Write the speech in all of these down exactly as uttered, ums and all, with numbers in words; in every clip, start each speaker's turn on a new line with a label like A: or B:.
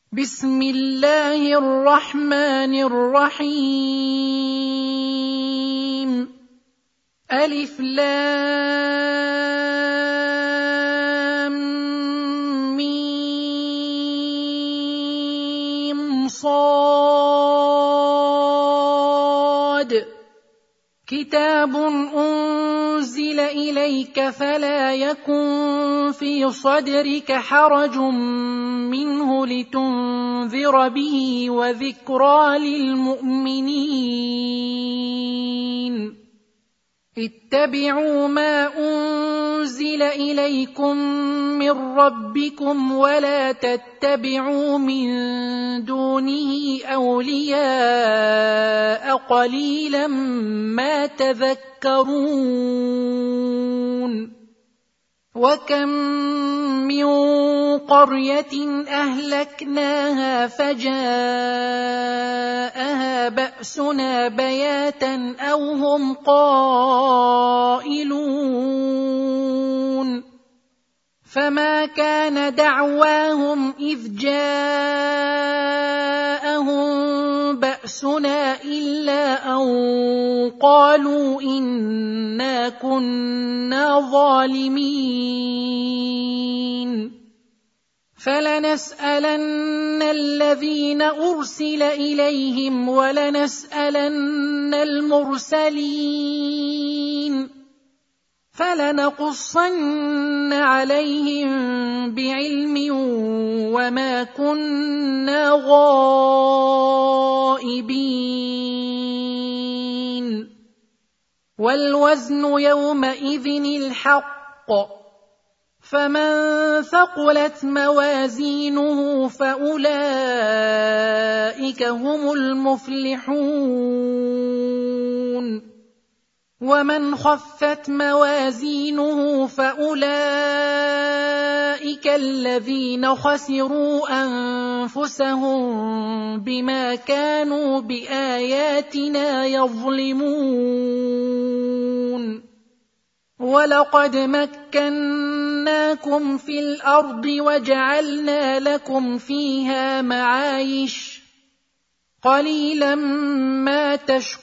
A: بسم الله الرحمن الرحيم. ألف لام ميم صاد. كتاب أنزل إليك فلا يكن في صدرك حرج منه لتنذر به وذكرى للمؤمنين. اتبعوا ما أنزل إليكم من ربكم ولا تتبعوا من دونه أولياء قليلا ما تذكرون. وكم من قرية أهلكناها فجاءها بأسنا بياتا أو هم قائلون. فما كان دعواهم إذ جاءهم بأسنا إلا أن قالوا إنا كنا ظالمين. فلنسألن الذين أرسل إليهم ولنسألن المرسلين. فلنقصن عليهم بعلم وما كنا غائبين. والوزن يومئذ الحق. فمن ثقلت موازينه فأولئك هم المفلحون. ومن خفت موازينه فأولئك الذين خسروا أنفسهم بما كانوا بآياتنا يظلمون. ولقد مكناكم في الأرض وجعلنا لكم فيها معايش قليلا ما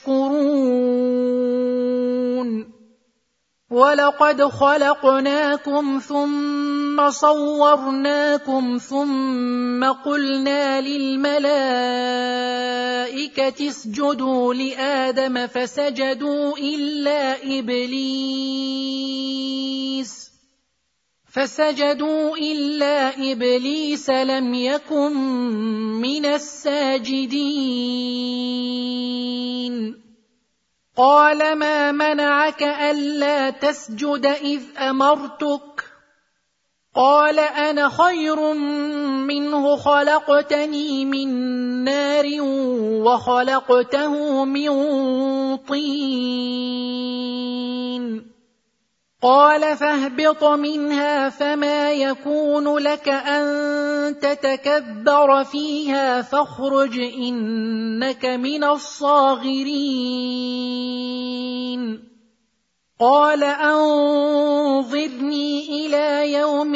A: تشكرون. ولقد خلقناكم ثم صورناكم ثم قلنا للملائكة اسجدوا لآدم فسجدوا إلا إبليس فسجدوا إلا إبليس لم يكن من الساجدين. قال ما منعك ألا تسجد إذ أمرتك؟ قال أنا خير منه خلقتني من نار وخلقته من طين. قال فاهبط منها فما يكون لك أن تتكبر فيها فاخرج إنك من الصاغرين. قال أنظرني إلى يوم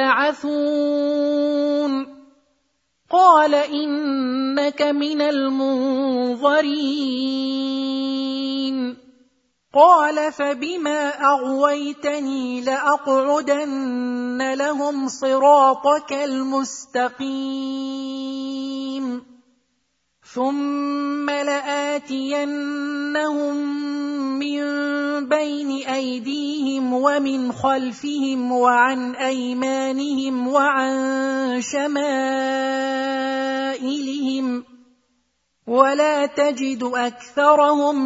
A: يبعثون. قال إنك من المنظرين. قال فبما أغويتني لأقعدن لهم صراطك المستقيم ثم لآتينهم من بين أيديهم ومن خلفهم وعن أيمانهم وعن شمائلهم ولا تجد أكثرهم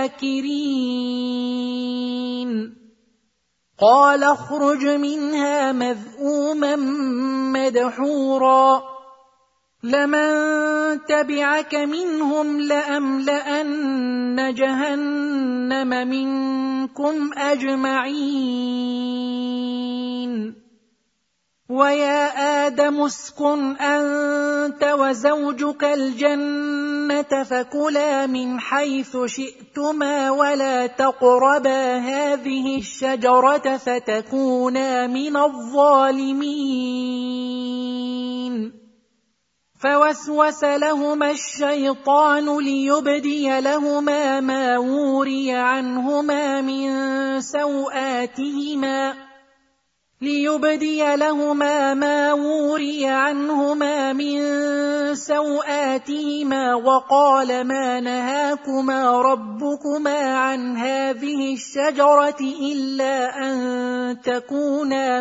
A: شاكرين. قال اخرج منها مذءوما مدحورا لمن تبعك منهم لأملأن جهنم منكم أجمعين. ويا آدم اسكن أنت وزوجك الجنة فكلا من حيث شئتما ولا تقربا هذه الشجرة فتكونا من الظالمين. فوسوس لهما الشيطان ليبدي لهما ما وري عنهما من سوآتهما ليبدي لهما ما وري عنهما من سوآتهما وقال ما نهاكما ربكما عن هذه الشجرة إلا أن تكونا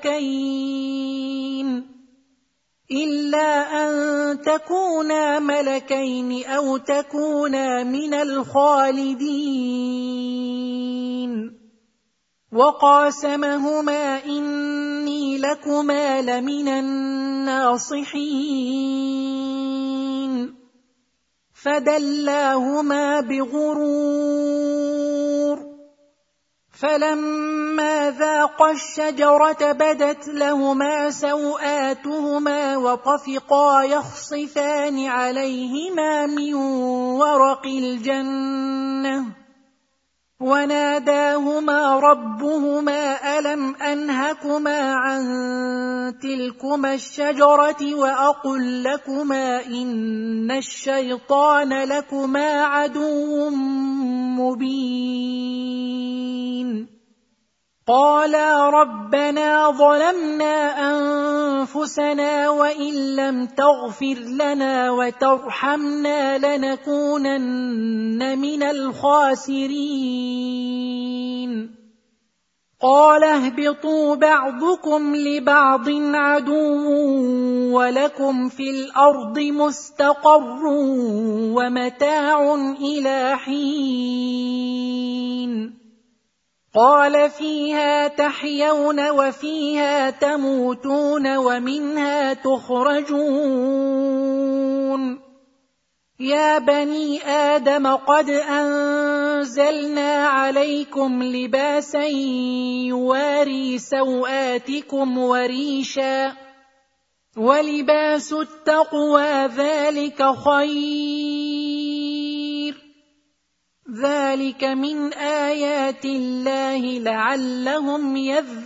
A: ملكين إلا أن تكونا ملكين أو تكونا من الخالدين وقاسمهما إني لكما لمن الناصحين فدلاهما بغرور فلما ذاقا الشجرة بدت لهما سوآتهما وطفقا يخصفان عليهما من ورق الجنة وناداهما ربهما ألم أنهكما عن تلكما الشجرة وأقل لكما إن الشيطان لكما عدو مبين قالا ربنا ظلمنا أنفسنا وإن لم تغفر لنا وترحمنا لنكونن من الخاسرين قال اهبطوا بعضكم لبعض عدو ولكم في الأرض مستقر ومتاع إلى حين قال فيها تحيون وفيها تموتون ومنها تخرجون يا بني آدم قد أنزلنا عليكم لباسا يواري سوآتكم وريشا ولباس التقوى ذلك خير ذلك من آيات الله لعلهم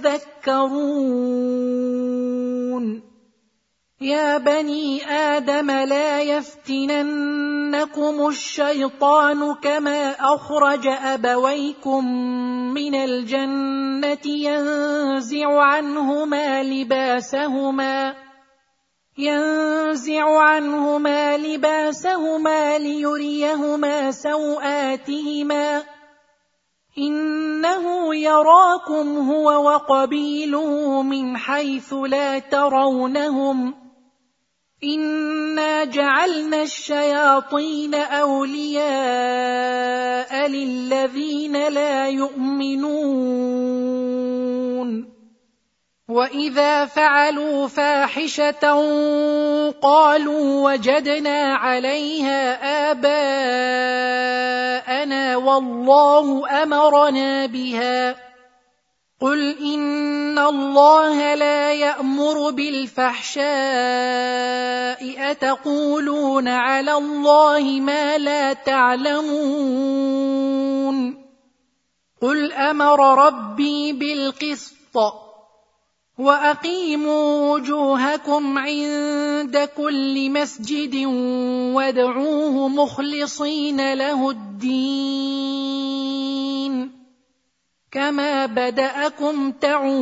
A: يذكرون يا بني آدم لا يفتننكم الشيطان كما أخرج أبويكم من الجنة ينزع عنهما لباسهما ينزع عنهما لباسهما ليريهما سوآتهما إنه يراكم هو وقبيله من حيث لا ترونهم إنا جعلنا الشياطين أولياء للذين لا يؤمنون وإذا فعلوا فاحشة قالوا وجدنا عليها آباءنا والله أمرنا بها قل إن الله لا يأمر بالفحشاء أتقولون على الله ما لا تعلمون قل أمر ربي بالقسط وأقيموا وجوهكم عند كل مسجد وادعوه مخلصين له الدين كما بدأكم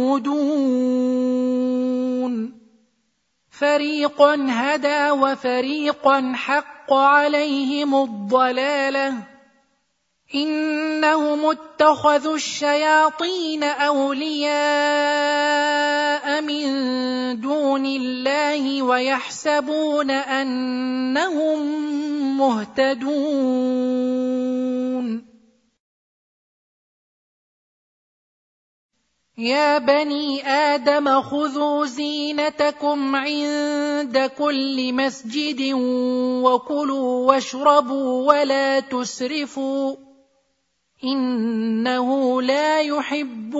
A: تعودون فريقا هدى وفريقا حق عليهم الضلالة إنهم اتخذوا الشياطين أولياء من دون الله ويحسبون أنهم مهتدون يا بني آدم خذوا زينتكم عند كل مسجد وكلوا واشربوا ولا تسرفوا إنه لا يحب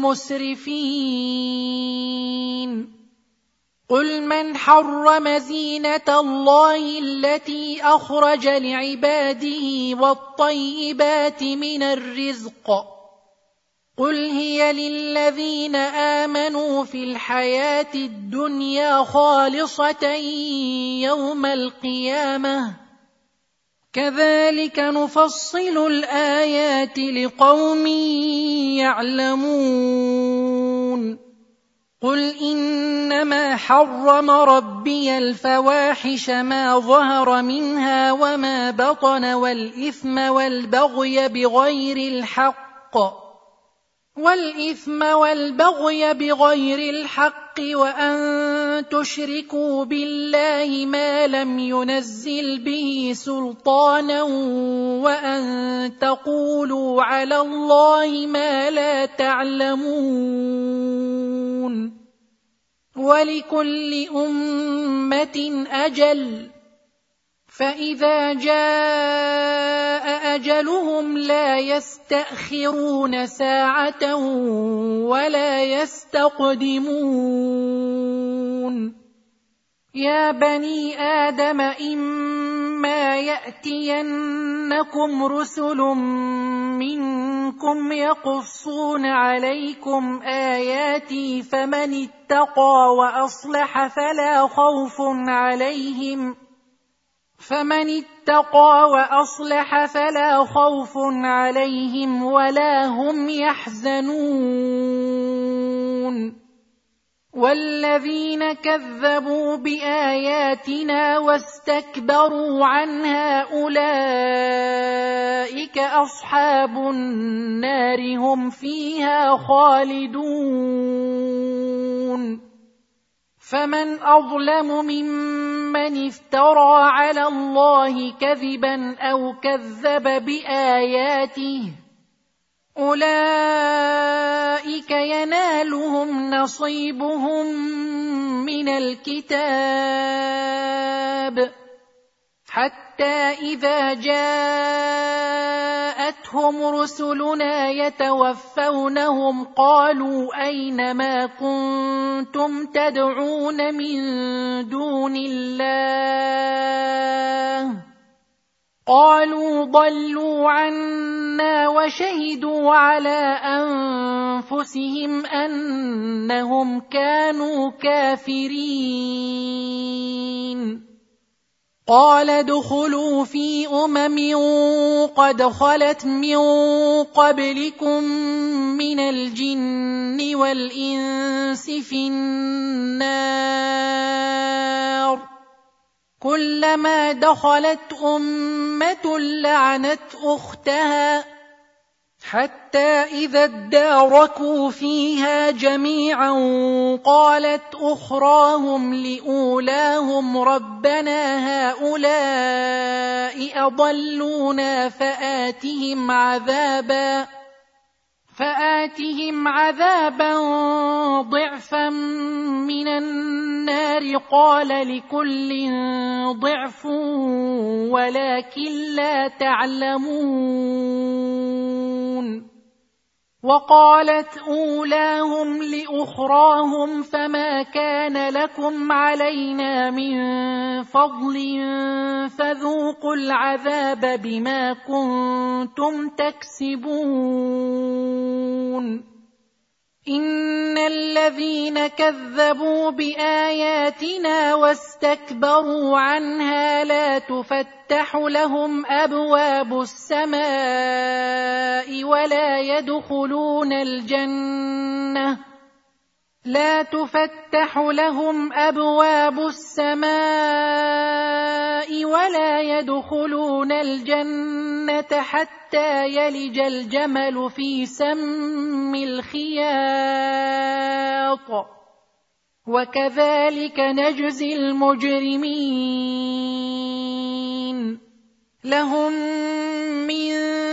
A: المسرفين قل من حرم زينة الله التي أخرج لعباده والطيبات من الرزق قل هي للذين آمنوا في الحياة الدنيا خالصة يوم القيامة كذلك نفصل الآيات لقوم يعلمون قل إنما حرم ربي الفواحش ما ظهر منها وما بطن والإثم والبغي بغير الحق والإثم والبغي بغير الحق وأن تشركوا بالله ما لم ينزل به سلطانا وأن تقولوا على الله ما لا تعلمون ولكل أمة أجل فإذا جاء أجلهم لا يستأخرون ساعة ولا يستقدمون يا بني آدم إما يأتينكم رسل منكم يقصون عليكم آياتي فمن اتقى وأصلح فلا خوف عليهم فمن اتقى وأصلح فلا خوف عليهم ولا هم يحزنون والذين كذبوا بآياتنا واستكبروا عنها أولئك أصحاب النار هم فيها خالدون فمن أظلم ممن افترى على الله كذبا أو كذب بآياته أولئك ينالهم نصيبهم من الكتاب حتى إذا جاءتهم رسلنا يتوفونهم قالوا أين ما كنتم تدعون من دون الله قالوا ضلوا عنا وشهدوا على أنفسهم أنهم كانوا كافرين قال ادخلوا في أمم قد خلت من قبلكم من الجن والإنس في النار كلما دخلت أمة لعنت أختها حتى إذا اداركوا فيها جميعا قالت أخراهم لأولاهم ربنا هؤلاء أضلونا فآتهم عذابا فآتهم عذابا ضعفا من النار قال لكل ضعف ولكن لا تعلمون وقالت أولاهم لأخراهم فما كان لكم علينا من فضل فذوقوا العذاب بما كنتم تكسبون إن الذين كذبوا بآياتنا واستكبروا عنها لا تفتح لهم أبواب السماء ولا يدخلون الجنة لا تفتح لهم أبواب السماء ولا يدخلون الجنة حتى يلج الجمل في سم الخياط وكذلك نجزي المجرمين لهم من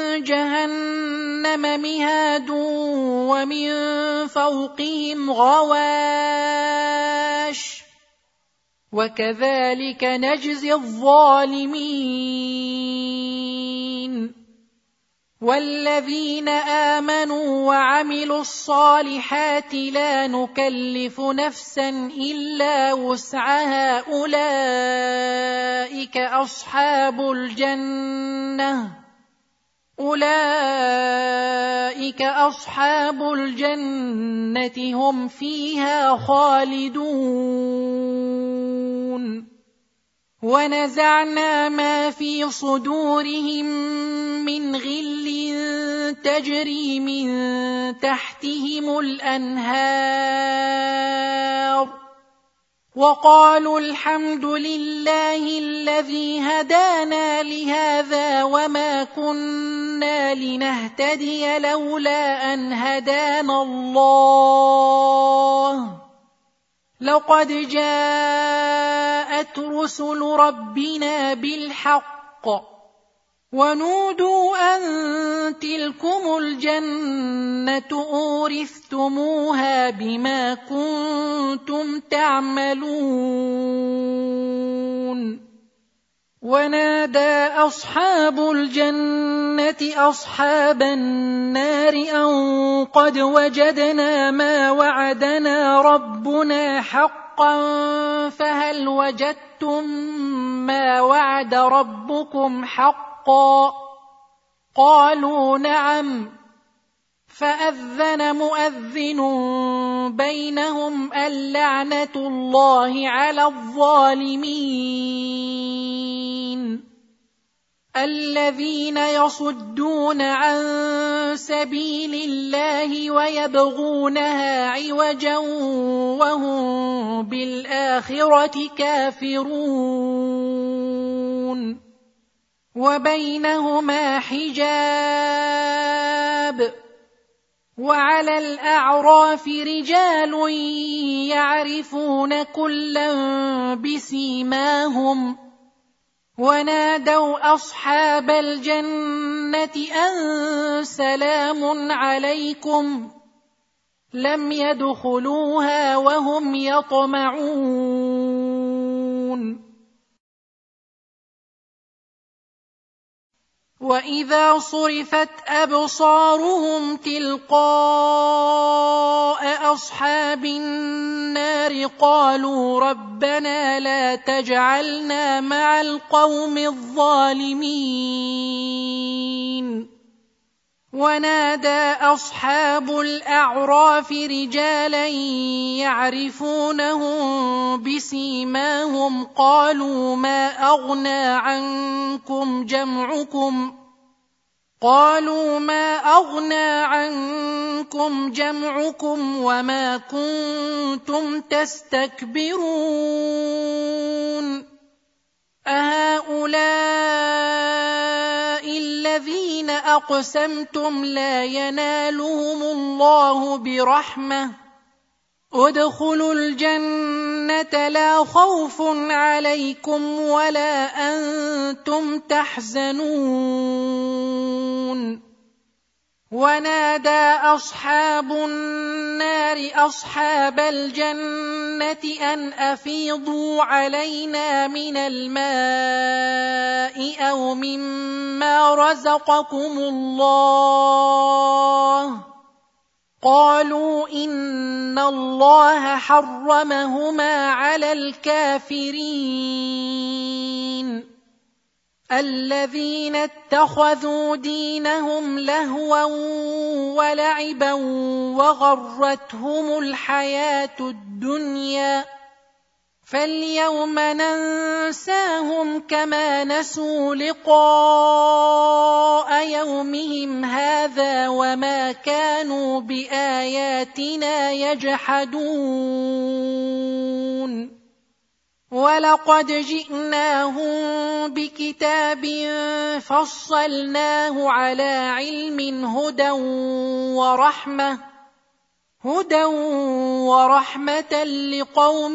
A: جهنم مهاد ومن فوقهم غواش وكذلك نجزي الظالمين والذين آمنوا وعملوا الصالحات لا نكلف نفسا إلا وسعها أولئك أصحاب الجنة أولئك أصحاب الجنة هم فيها خالدون ونزعنا ما في صدورهم من غل تجري من تحتهم الأنهار وقالوا الحمد لله الذي هدانا لهذا وما كنا لنهتدي لولا أن هدانا الله لقد جاءت رسل ربنا بالحق ونودوا أن تلكم الجنة أورثتموها بما كنتم تعملون ونادى أصحاب الجنة أصحاب النار أن قد وجدنا ما وعدنا ربنا حقا فهل وجدتم ما وعد ربكم حقا قالوا نعم فأذن مؤذن بينهم اللعنة الله على الظالمين الذين يصدون عن سبيل الله ويبغونها عوجا وهم بالآخرة كافرون وبينهما حجاب وعلى الأعراف رجال يعرفون كلا بسيماهم ونادوا أصحاب الجنة أن سلام عليكم لم يدخلوها وهم يطمعون وإذا صرفت أبصارهم تلقاء أصحاب النار قالوا ربنا لا تجعلنا مع القوم الظالمين ونادى أصحاب الأعراف رجالا يعرفونهم بسيماهم قالوا ما أغنى عنكم جمعكم قالوا ما أغنى عنكم جمعكم وما كنتم تستكبرون أهؤلاء الذين أقسمتم لا ينالهم الله برحمة ادخلوا الجنة لا خوف عليكم ولا أنتم تحزنون ونادى أصحاب النار أصحاب الجنة أن أفيضوا علينا من الماء أو مما رزقكم الله قالوا إن الله حرمهما على الكافرين الذين اتخذوا دينهم لهوا ولعبا وغرتهم الحياة الدنيا فاليوم ننساهم كما نسوا لقاء يومهم هذا وما كانوا بآياتنا يجحدون ولقد جئناهم بكتاب فصلناه على علم هدى ورحمة هدى ورحمة لقوم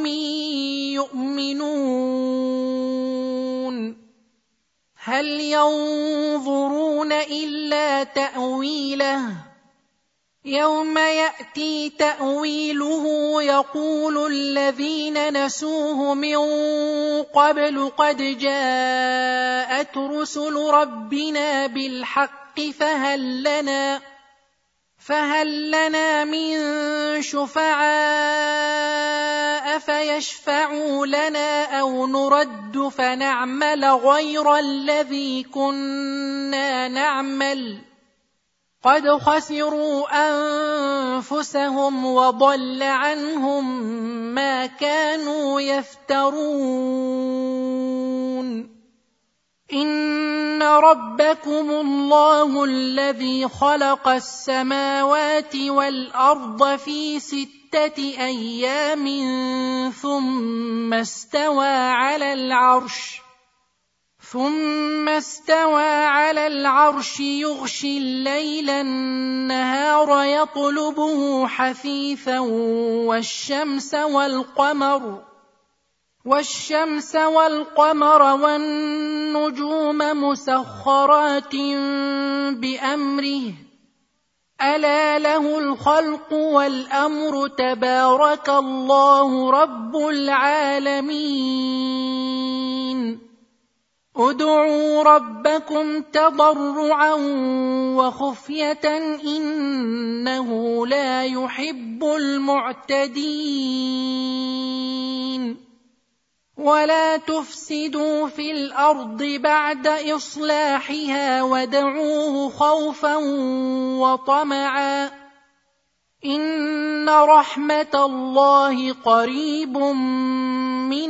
A: يؤمنون هل ينظرون إلا تأويله يوم يأتي تأويله يقول الذين نسوه من قبل قد جاءت رسل ربنا بالحق فهل لنا فهل لنا من شفعاء فيشفعوا لنا أو نرد فنعمل غير الذي كنا نعمل قد خسروا أنفسهم وضل عنهم ما كانوا يفترون إن ربكم الله الذي خلق السماوات والأرض في ستة أيام ثم استوى على العرش ثم استوى على العرش يغشي الليل النهار يطلبه حثيثا والشمس والقمر والشمس والقمر والنجوم مسخرات بأمره ألا له الخلق والأمر تبارك الله رب العالمين ادعوا ربكم تضرعا وخفية إنه لا يحب المعتدين ولا تفسدوا في الأرض بعد إصلاحها وادعوه خوفا وطمعا إن رحمة الله قريب من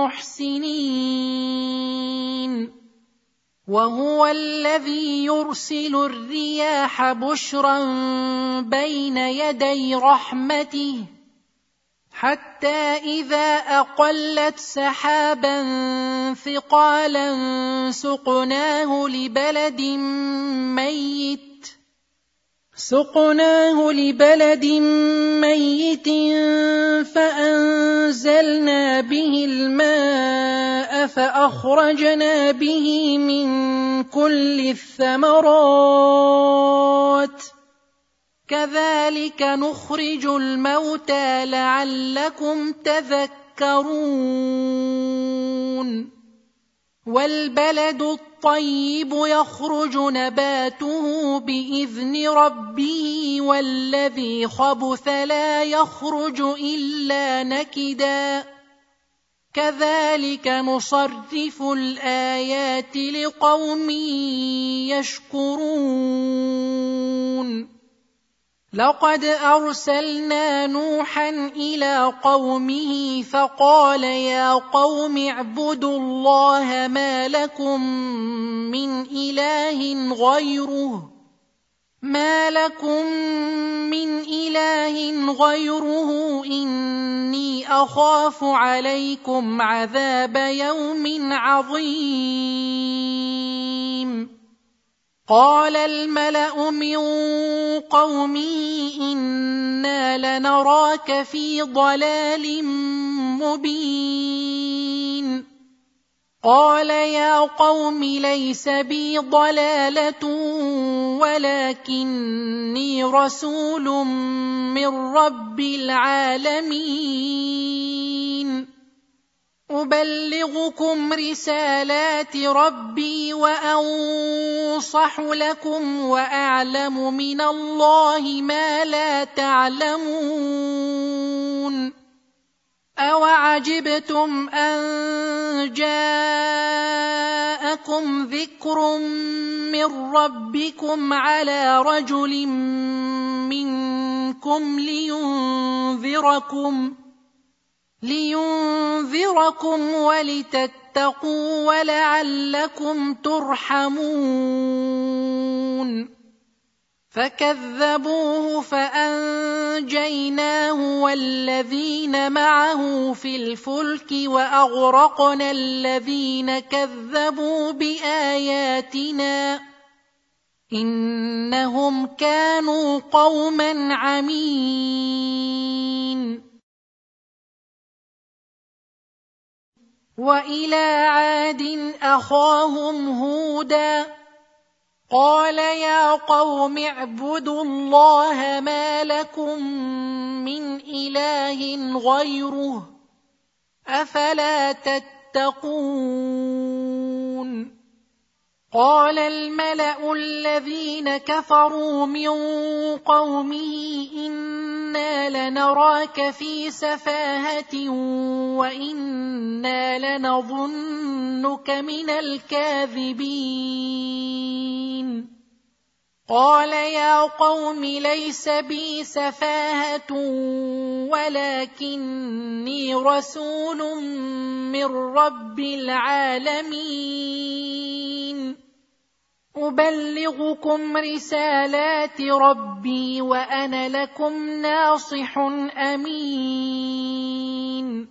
A: المحسنين وهو الذي يرسل الرياح بشرا بين يدي رحمته حتى إذا أقلت سحابا ثقالا سقناه لبلد ميت سقناه لبلد ميت فأنزلنا به الماء فأخرجنا به من كل الثمرات كذلك نخرج الموتى لعلكم تذكرون والبلد الطيب يخرج نباته بإذن ربه والذي خبث لا يخرج إلا نكدا كذلك نصرف الآيات لقوم يشكرون لقد أرسلنا نوحا إلى قومه فقال يا قوم اعبدوا الله ما لكم من إله غيره ما لكم من إله غيره إني أخاف عليكم عذاب يوم عظيم قال الملأ من قومه إنا لنراك في ضلال مبين قال يا قوم ليس بي ضلالة ولكني رسول من رب العالمين أبلغكم رسالات ربي وأنصح لكم وأعلم من الله ما لا تعلمون أوعجبتم أن جاءكم ذكر من ربكم على رجل منكم لينذركم لينذركم ولتتقوا ولعلكم ترحمون فكذبوه فأنجيناه والذين معه في الفلك وأغرقنا الذين كذبوا بآياتنا إنهم كانوا قوما عمين وإلى عاد أخاهم هودا قال يا قوم اعبدوا الله ما لكم من إله غيره أفلا تتقون قال الملأ الذين كفروا من قومه إنا لنراك في سفاهة وإنا لنظنك من الكاذبين قال يا قوم ليس بي سفاهة ولكني رسول من رب العالمين أبلغكم رسالات ربي وأنا لكم ناصح أمين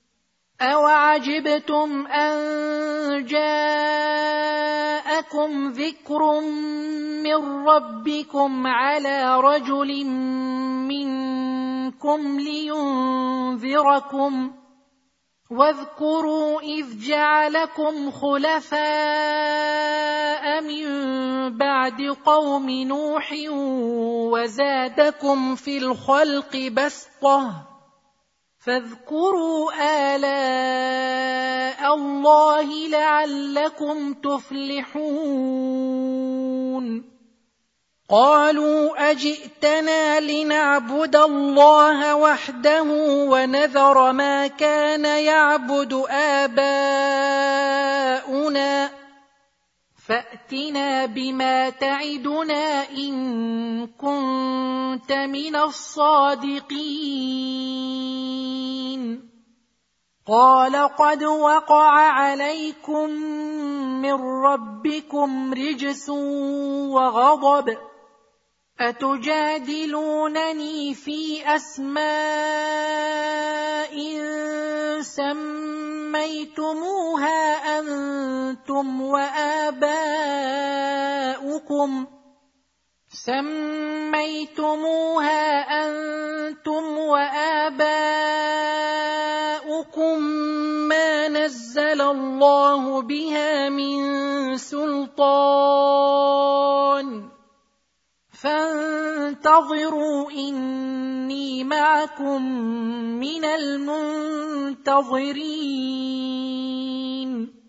A: أوعجبتم أن جاءكم ذكر من ربكم على رجل منكم لينذركم واذكروا إذ جعلكم خلفاء من بعد قوم نوح وزادكم في الخلق بسطة فاذكروا آلاء الله لعلكم تفلحون قالوا أجئتنا لنعبد الله وحده ونذر ما كان يعبد آباؤنا فأتنا بما تعدنا إن كنت من الصادقين قال قد وقع عليكم من ربكم رجس وغضب أتجادلونني في أسماء سميتموها أنتم وآباؤكم سميتموها أنتم وآباؤكم ما نزل الله بها من سلطان فانتظروا إني معكم من المنتظرين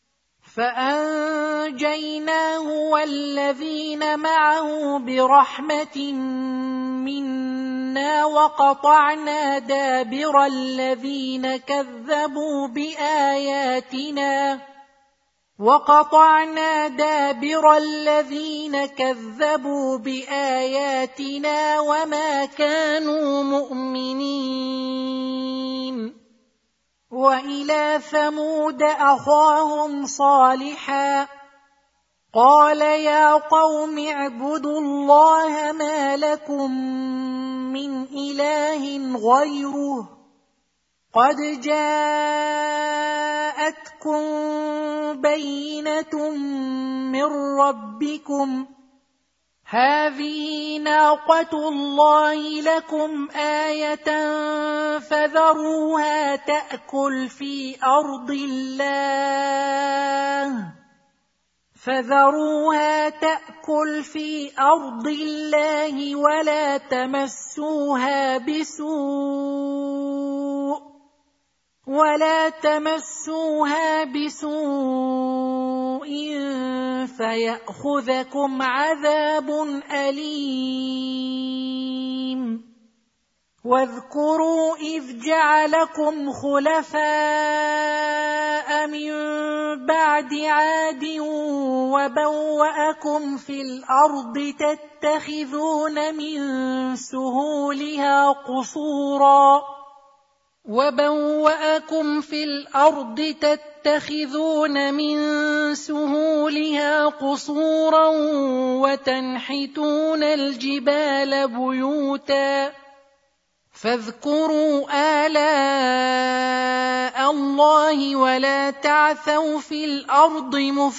A: فأنجيناه والذين معه برحمة منا وقطعنا دابر الذين كذبوا بآياتنا وقطعنا دابر الذين كذبوا بآياتنا وما كانوا مؤمنين وإلى ثمود أخاهم صالحا قال يا قوم اعبدوا الله ما لكم من إله غيره قد جاءتكم بينة من ربكم هذه ناقة الله لكم آية فذروها تأكل في أرض الله فذروها تأكل في أرض الله ولا تمسوها بسوء ولا تمسوها بسوء فيأخذكم عذاب أليم واذكروا إذ جعلكم خلفاء من بعد عاد وبوأكم في الأرض تتخذون من سهولها قصورا وبوأكم في الأرض تتخذون من سهولها قصورا وتنحتون الجبال بيوتا فاذكروا آلاء الله ولا تعثوا في الأرض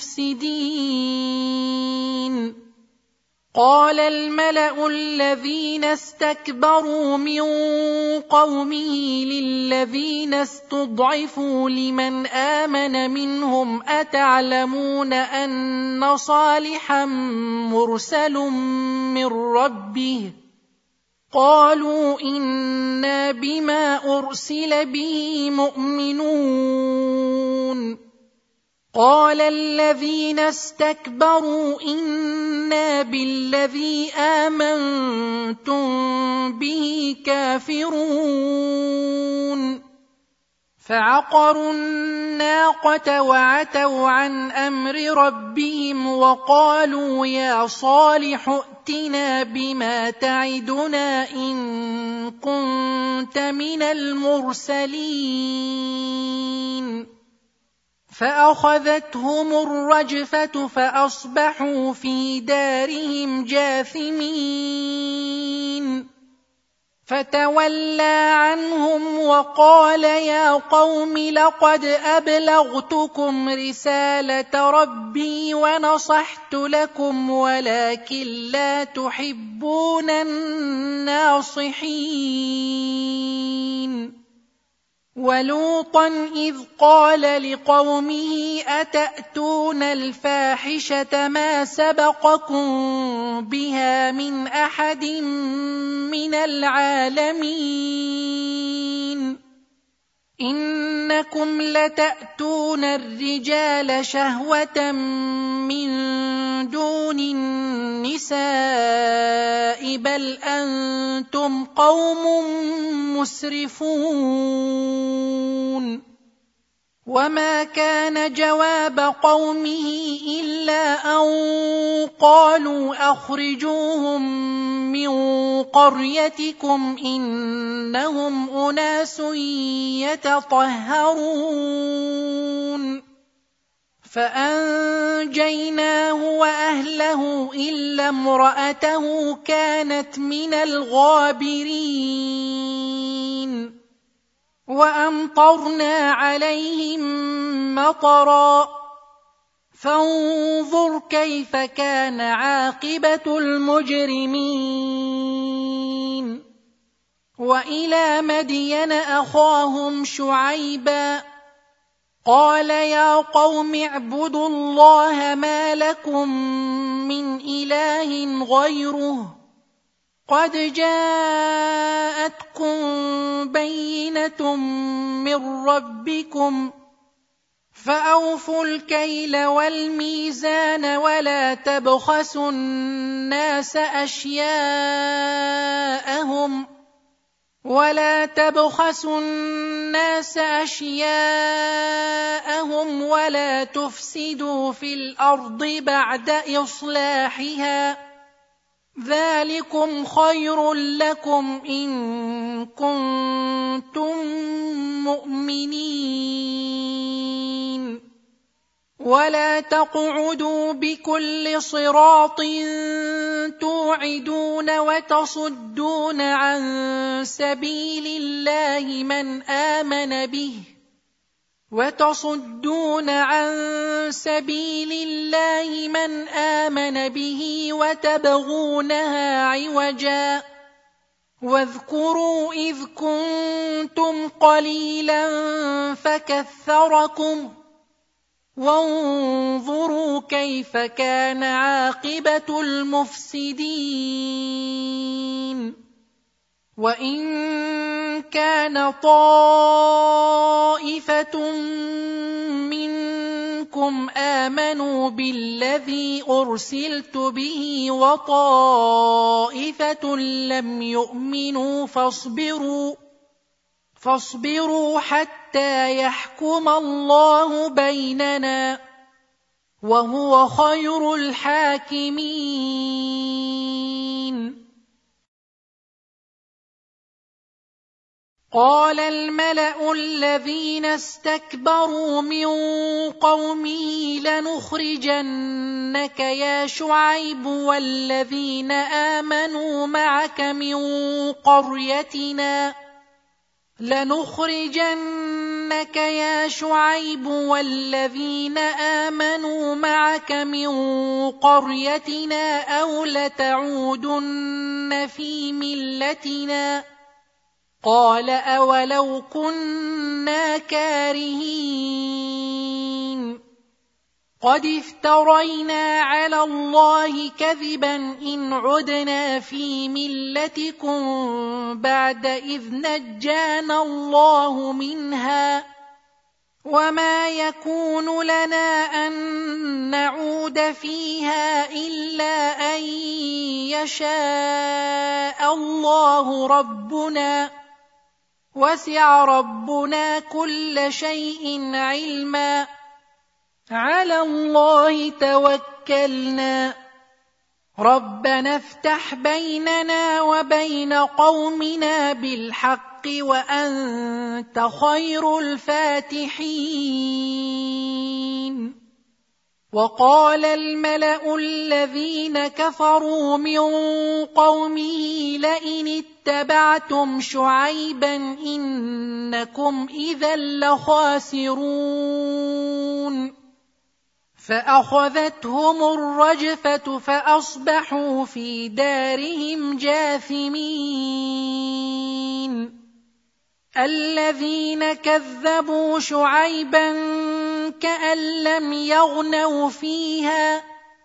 A: مفسدين قال الملأ الذين استكبروا من قومه للذين استضعفوا لمن آمن منهم أتعلمون أن صالحا مرسل من ربه قالوا إنا بما أرسل به مؤمنون قال الذين استكبروا إنا بالذي آمنتم به كافرون فعقروا الناقة وعتوا عن أمر ربهم وقالوا يا صالح ائتنا بما تعدنا إن كنت من المرسلين فأخذتهم الرجفة فأصبحوا في دارهم جاثمين فتولى عنهم وقال يا قوم لقد أبلغتكم رسالة ربي ونصحت لكم ولكن لا تحبون الناصحين ولوطا إذ قال لقومه أتأتون الفاحشة ما سبقكم بها من أحد من العالمين إنكم لتأتون الرجال شهوة من دون النساء بل أنتم قوم مسرفون وما كان جواب قومه إلا أن قالوا أخرجوهم من قريتكم إنهم أناس يتطهرون فأنجيناه وأهله إلا امرأته كانت من الغابرين وأمطرنا عليهم مطرا فانظر كيف كان عاقبة المجرمين وإلى مدين أخاهم شعيبا قال يا قوم اعبدوا الله ما لكم من إله غيره قد جاءتكم بينة من ربكم فأوفوا الكيل والميزان ولا تبخسوا الناس أشياءهم ولا تبخسوا الناس أشياءهم ولا تفسدوا في الأرض بعد إصلاحها ذلكم خير لكم إن كنتم مؤمنين ولا تقعدوا بكل صراط توعدون وتصدون عن سبيل الله من آمن به وتصدون عن سبيل الله من آمن به وتبغونها عوجا واذكروا إذ كنتم قليلا فكثركم وانظروا كيف كان عاقبة المفسدين وإن كان طائفة منكم آمنوا بالذي أرسلت به وطائفة لم يؤمنوا فاصبروا فاصبروا حتى يحكم الله بيننا وهو خير الحاكمين قال الملأ الذين استكبروا من قومه لنخرجنك يا شعيب والذين آمنوا معك من قريتنا لنخرجنك يا شعيب والذين آمنوا معك من قريتنا أو لتعودن في ملتنا قال أولو كنا كارهين قد افترينا على الله كذبا إن عدنا في ملتكم بعد إذ نجانا الله منها وما يكون لنا أن نعود فيها إلا أن يشاء الله ربنا وسع ربنا كل شيء علما على الله توكلنا ربنا افتح بيننا وبين قومنا بالحق وأنت خير الفاتحين. وقال الملأ الذين كفروا من قومه لئن اتبعتم شعيبا إنكم إذا لخاسرون فأخذتهم الرجفة فأصبحوا في دارهم جاثمين. الذين كذبوا شعيبا كأن لم يغنوا فيها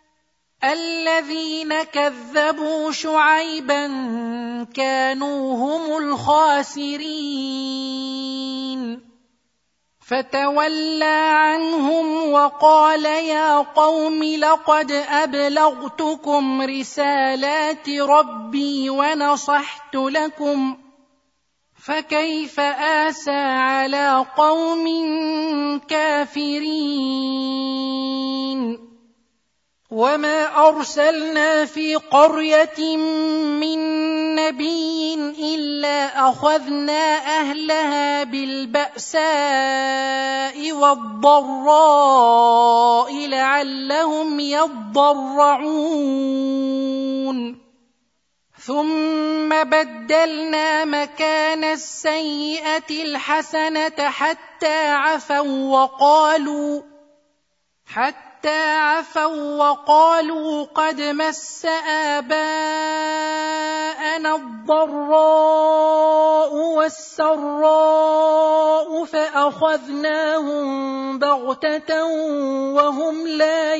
A: الذين كذبوا شعيبا كانوا هم الخاسرين. فتولى عنهم وقال يا قوم لقد أبلغتكم رسالات ربي ونصحت لكم فكيف آسى على قوم كافرين. وما أرسلنا في قرية من نبي إلا أخذنا أهلها بالبأساء والضراء لعلهم يضرعون ثم بدلنا مكان السيئة الحسنة حتى عفوا وقالوا حتى حتى عفوا وقالوا قد مس آباءنا الضراء والسراء فأخذناهم بغتة وهم لا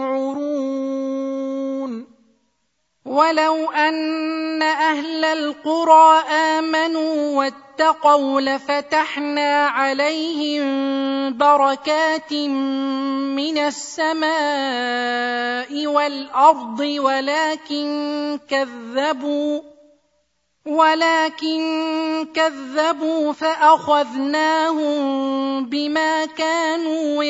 A: يشعرون. ولو أن أهل القرى آمنوا واتقوا لفتحنا عليهم بركات من السماء والأرض ولكن كذبوا ولكن كذبوا فأخذناهم بما كانوا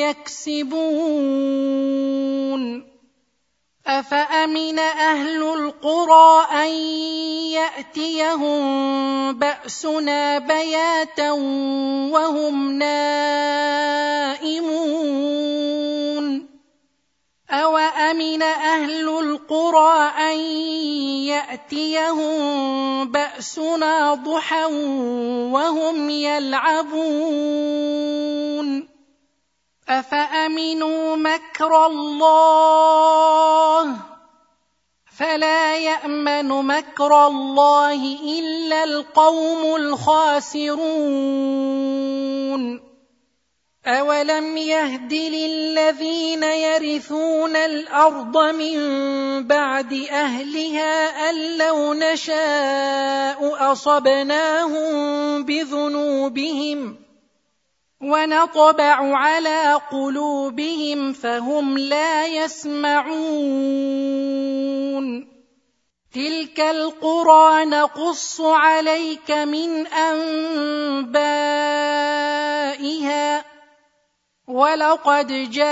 A: يكسبون. أفأمن أهل القرى أن يأتيهم بأسنا بياتا وهم نائمون أوأمن أهل القرى أن يأتيهم بأسنا ضحى وهم يلعبون أفأمنوا مكر الله فلا يأمن مكر الله إلا القوم الخاسرون. أولم يهد للذين يرثون الأرض من بعد أهلها أن لو نشاء أصبناهم بذنوبهم ونطبع على قلوبهم فهم لا يسمعون. تلك القرى نقص عليك من أنبائها ولقد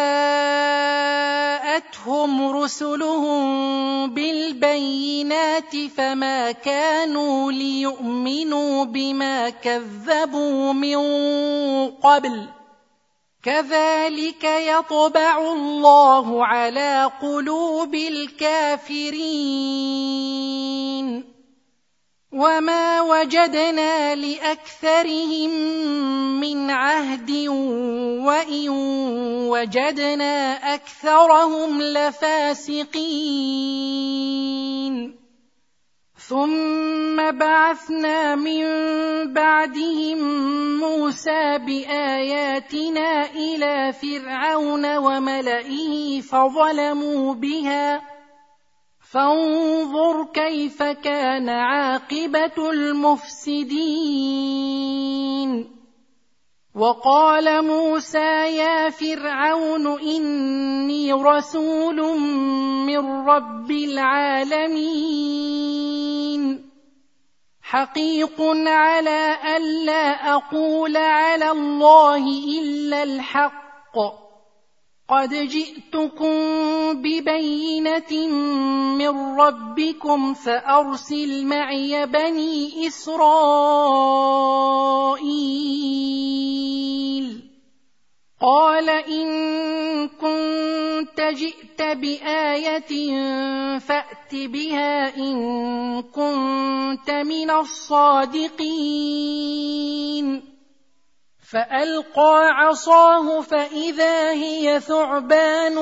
A: جاءتهم رسلهم بالبينات فما كانوا ليؤمنوا بما كذبوا من قبل كذلك يطبع الله على قلوب الكافرين. وما وجدنا لأكثرهم من عهد وإن وجدنا أكثرهم لفاسقين. ثم بعثنا من بعدهم موسى بآياتنا إلى فرعون وملئه فظلموا بها فانظر كيف كان عاقبة المفسدين. وقال موسى يا فرعون إني رسول من رب العالمين حقيق على ألا أقول على الله إلا الحق قد جئتكم ببينة من ربكم فأرسل معي بني إسرائيل قال إن كنت جئت بآية فأت بها إن كنت من الصادقين فألقى عصاه فإذا هي ثعبان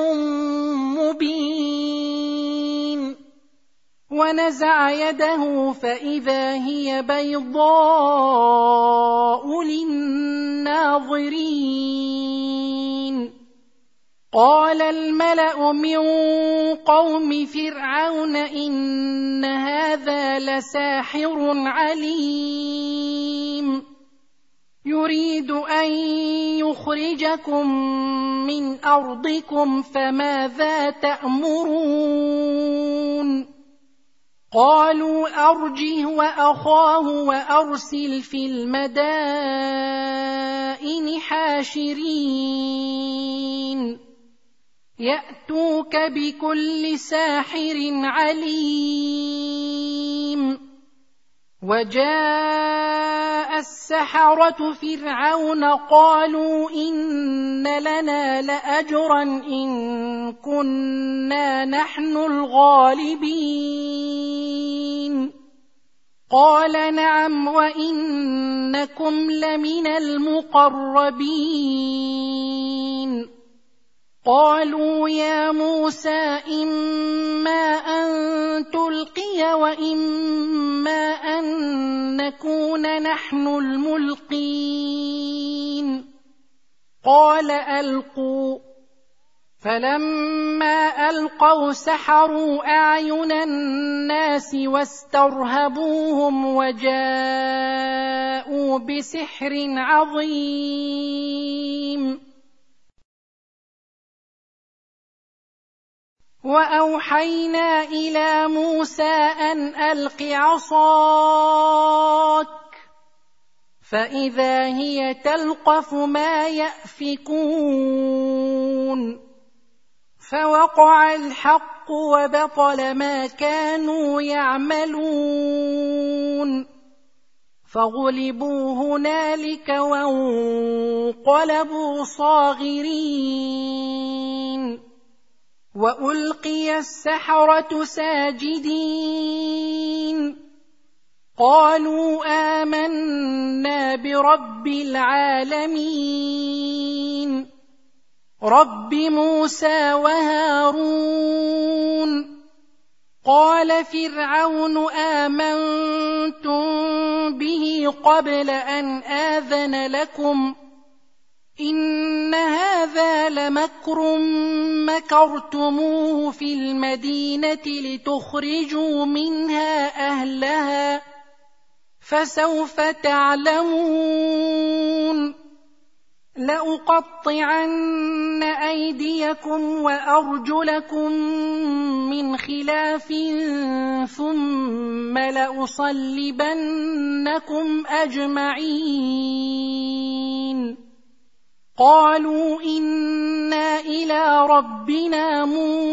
A: مبين ونزع يده فإذا هي بيضاء للناظرين قال الملأ من قوم فرعون إن هذا لساحر عليم يريد أن يخرجكم من أرضكم فماذا تأمرون قالوا أرجه وأخاه وأرسل في المدائن حاشرين يأتوك بكل ساحر عليم وجاء السحرة فرعون قالوا إن لنا لأجرا إن كنا نحن الغالبين قال نعم وإنكم لمن المقربين قالوا يا موسى إما أن تلقي وإما أن نكون نحن الملقين قال ألقوا فلما ألقوا سحروا أعين الناس واسترهبوهم وجاءوا بسحر عظيم وأوحينا إلى موسى أن ألق عصاك فإذا هي تلقف ما يأفكون فوقع الحق وبطل ما كانوا يعملون فغلبوا هنالك وانقلبوا صاغرين وألقي السحرة ساجدين قالوا آمنا برب العالمين رب موسى وهارون قال فرعون آمنتم به قبل أن آذن لكم إن هذا لمكر مكرتموه في المدينة لتخرجوا منها أهلها فسوف تعلمون لأقطعن أيديكم وأرجلكم من خلاف ثم لأصلبنكم أجمعين قالوا إنا إلى ربنا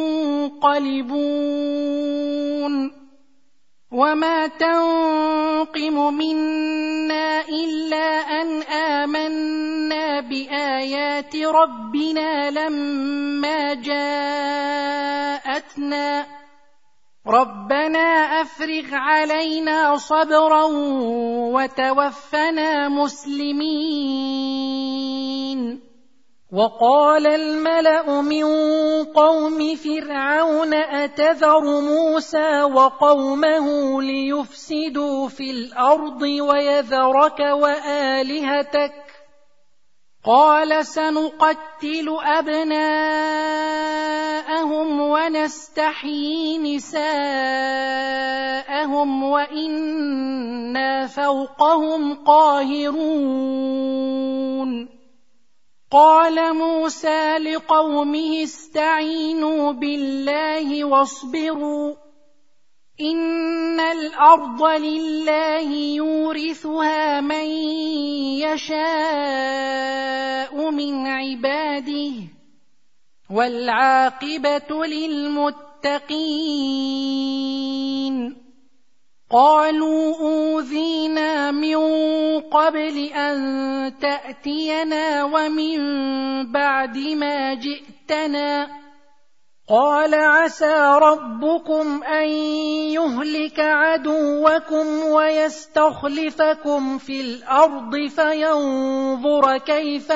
A: منقلبون وما تنقم منا إلا أن آمنا بآيات ربنا لما جاءتنا ربنا أفرغ علينا صبرا وتوفنا مسلمين وقال الملأ من قوم فرعون أتذر موسى وقومه ليفسدوا في الأرض ويذرك وآلهتك قال سنقتل أبناءهم ونستحيي نساءهم وإنا فوقهم قاهرون قال موسى لقومه استعينوا بالله واصبروا إن الأرض لله يورثها من يشاء من عباده والعاقبة للمتقين قالوا أوذينا من قبل أن تأتينا ومن بعد ما جئتنا قال عسى ربكم أن يهلك عدوكم ويستخلفكم في الأرض فينظر كيف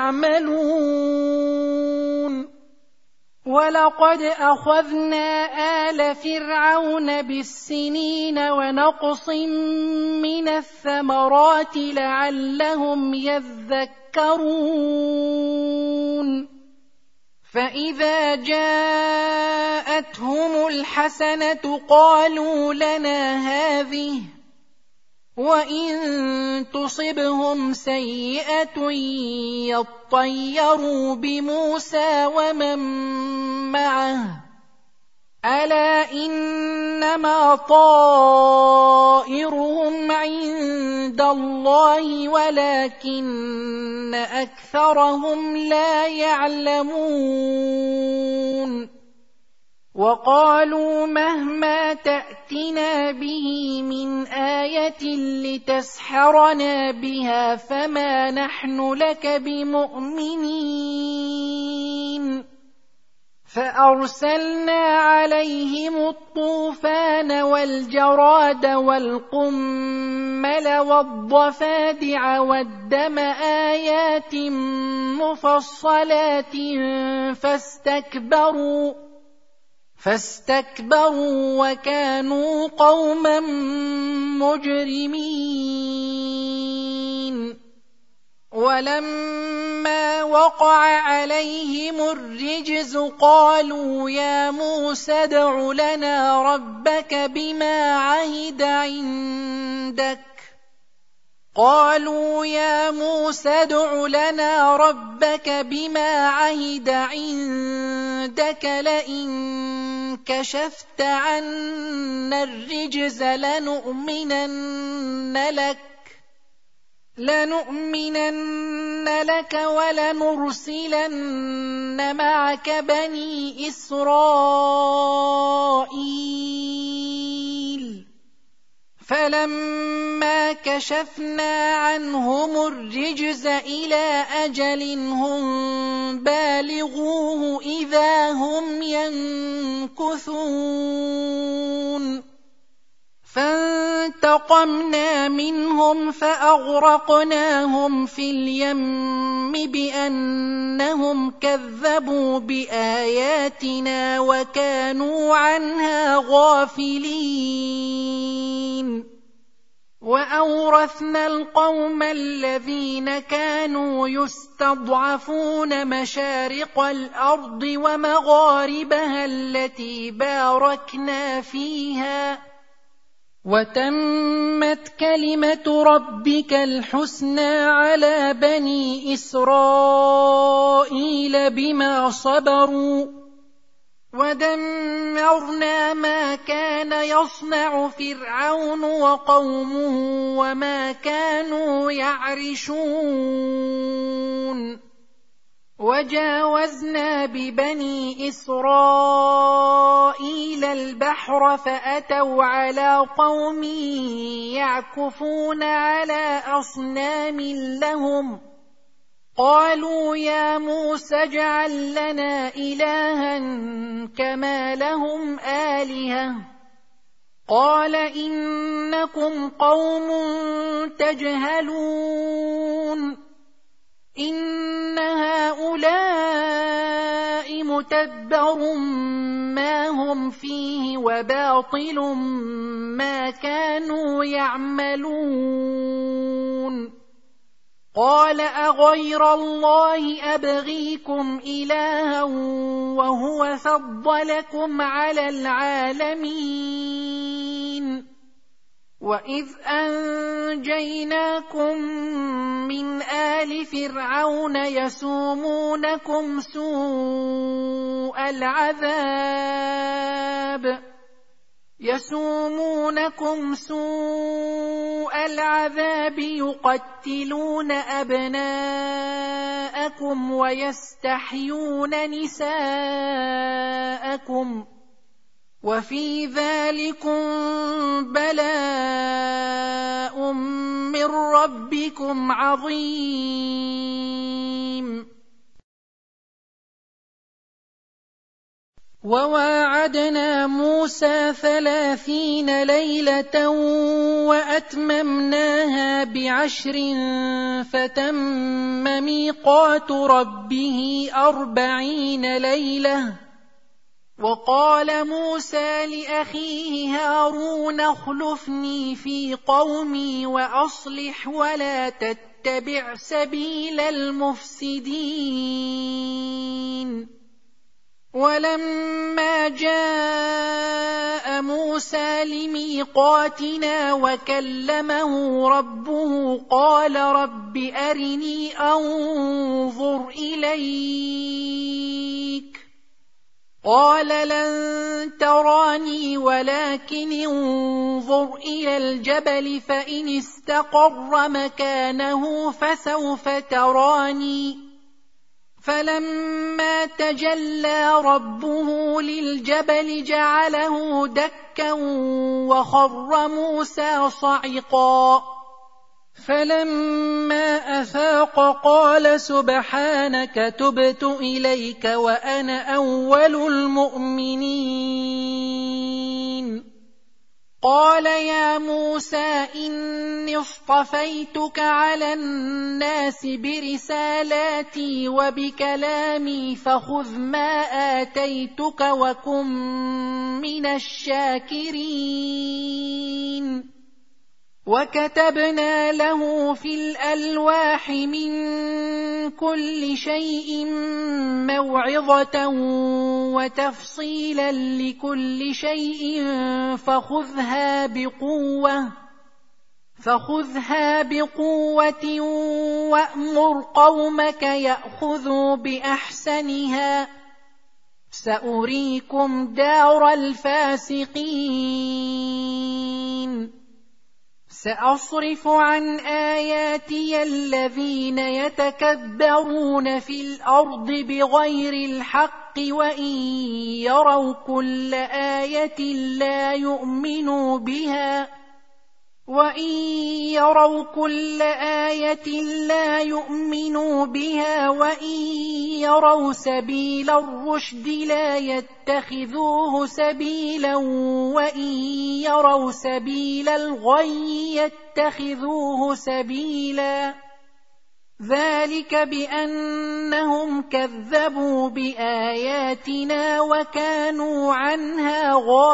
A: تعملون ولقد أخذنا آل فرعون بالسنين ونقص من الثمرات لعلهم يذكرون فإذا جاءتهم الحسنة قالوا لنا هذه وإن تصبهم سيئة يطيروا بموسى ومن معه ألا إنما طائرهم عند الله ولكن أكثرهم لا يعلمون وقالوا مهما تأتنا به من آية لتسحرنا بها فما نحن لك بمؤمنين فأرسلنا عليهم الطوفان والجراد والقمل والضفادع والدم آيات مفصلات فاستكبروا فاستكبروا وكانوا قوما مجرمين ولما وقع عليهم الرجز قالوا يا موسى ادع لنا ربك بما عهد عندك قالوا يا موسى ادع لنا ربك بما عهد عندك لئن كشفت عنا الرجز لنؤمنن لك لنؤمنن لك ولنرسلن معك بني إسرائيل فلما كشفنا عنهم الرجز إلى أجل هم بالغوه إذا هم ينكثون فانتقمنا منهم فأغرقناهم في اليم بأنهم كذبوا بآياتنا وكانوا عنها غافلين وأورثنا القوم الذين كانوا يستضعفون مشارق الأرض ومغاربها التي باركنا فيها وتمت كلمة ربك الحسنى على بني إسرائيل بما صبروا ودمرنا ما كان يصنع فرعون وقومه وما كانوا يعرشون وجاوزنا ببني إسرائيل البحر فأتوا على قوم يعكفون على أصنام لهم قالوا يا موسى اجعل لنا إلها كما لهم آلهة قال إنكم قوم تجهلون إن هؤلاء متبر ما هم فيه وباطل ما كانوا يعملون قال أغير الله أبغيكم إلها وهو فضلكم على العالمين وإذ أنجيناكم من آل فرعون يسومونكم سوء العذاب يسومونكم سوء العذاب يقتلون أبناءكم ويستحيون نساءكم وفي ذلكم بلاء من ربكم عظيم وواعدنا موسى ثلاثين ليلة وأتممناها بعشر فتم ميقات ربه أربعين ليلة وقال موسى لأخيه هارون اخلفني في قومي وأصلح ولا تتبع سبيل المفسدين ولما جاء موسى لميقاتنا وكلمه ربه قال رب أرني أنظر إليك قال لن تراني ولكن انظر إلى الجبل فإن استقر مكانه فسوف تراني فلما تجلى ربه للجبل جعله دكا وخر موسى صعقا فلما أفاق قال سبحانك تبت إليك وأنا أول المؤمنين قال يا موسى إني اصطفيتك على الناس برسالاتي وبكلامي فخذ ما آتيتك وكن من الشاكرين وكتبنا له في الألواح من كل شيء موعظة وتفصيلا لكل شيء فخذها بقوة فخذها بقوة وأمر قومك يأخذوا بأحسنها سأريكم دار الفاسقين سأصرف عن آياتي الذين يتكبرون في الأرض بغير الحق وإن يروا كل آية لا يؤمنوا بها وإن يروا كل آية لا يؤمنوا بها وإن يروا سبيل الرشد لا يتخذوه سبيلا وإن يروا سبيل الغي يتخذوه سبيلا ذلك بأنهم كذبوا بآياتنا وكانوا عنها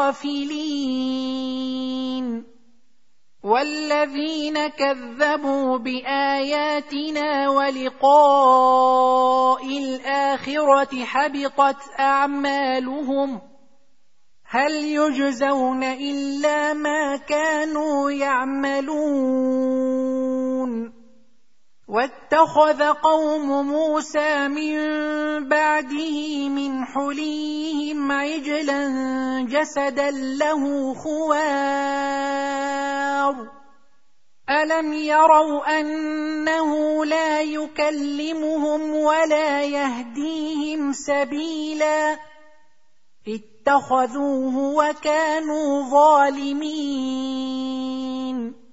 A: غافلين والذين كذبوا بآياتنا ولقاء الآخرة حبطت أعمالهم هل يجزون إلا ما كانوا يعملون واتخذ قوم موسى من بعده من حليهم عجلا جسدا له خوار ألم يروا أنه لا يكلمهم ولا يهديهم سبيلا اتخذوه وكانوا ظالمين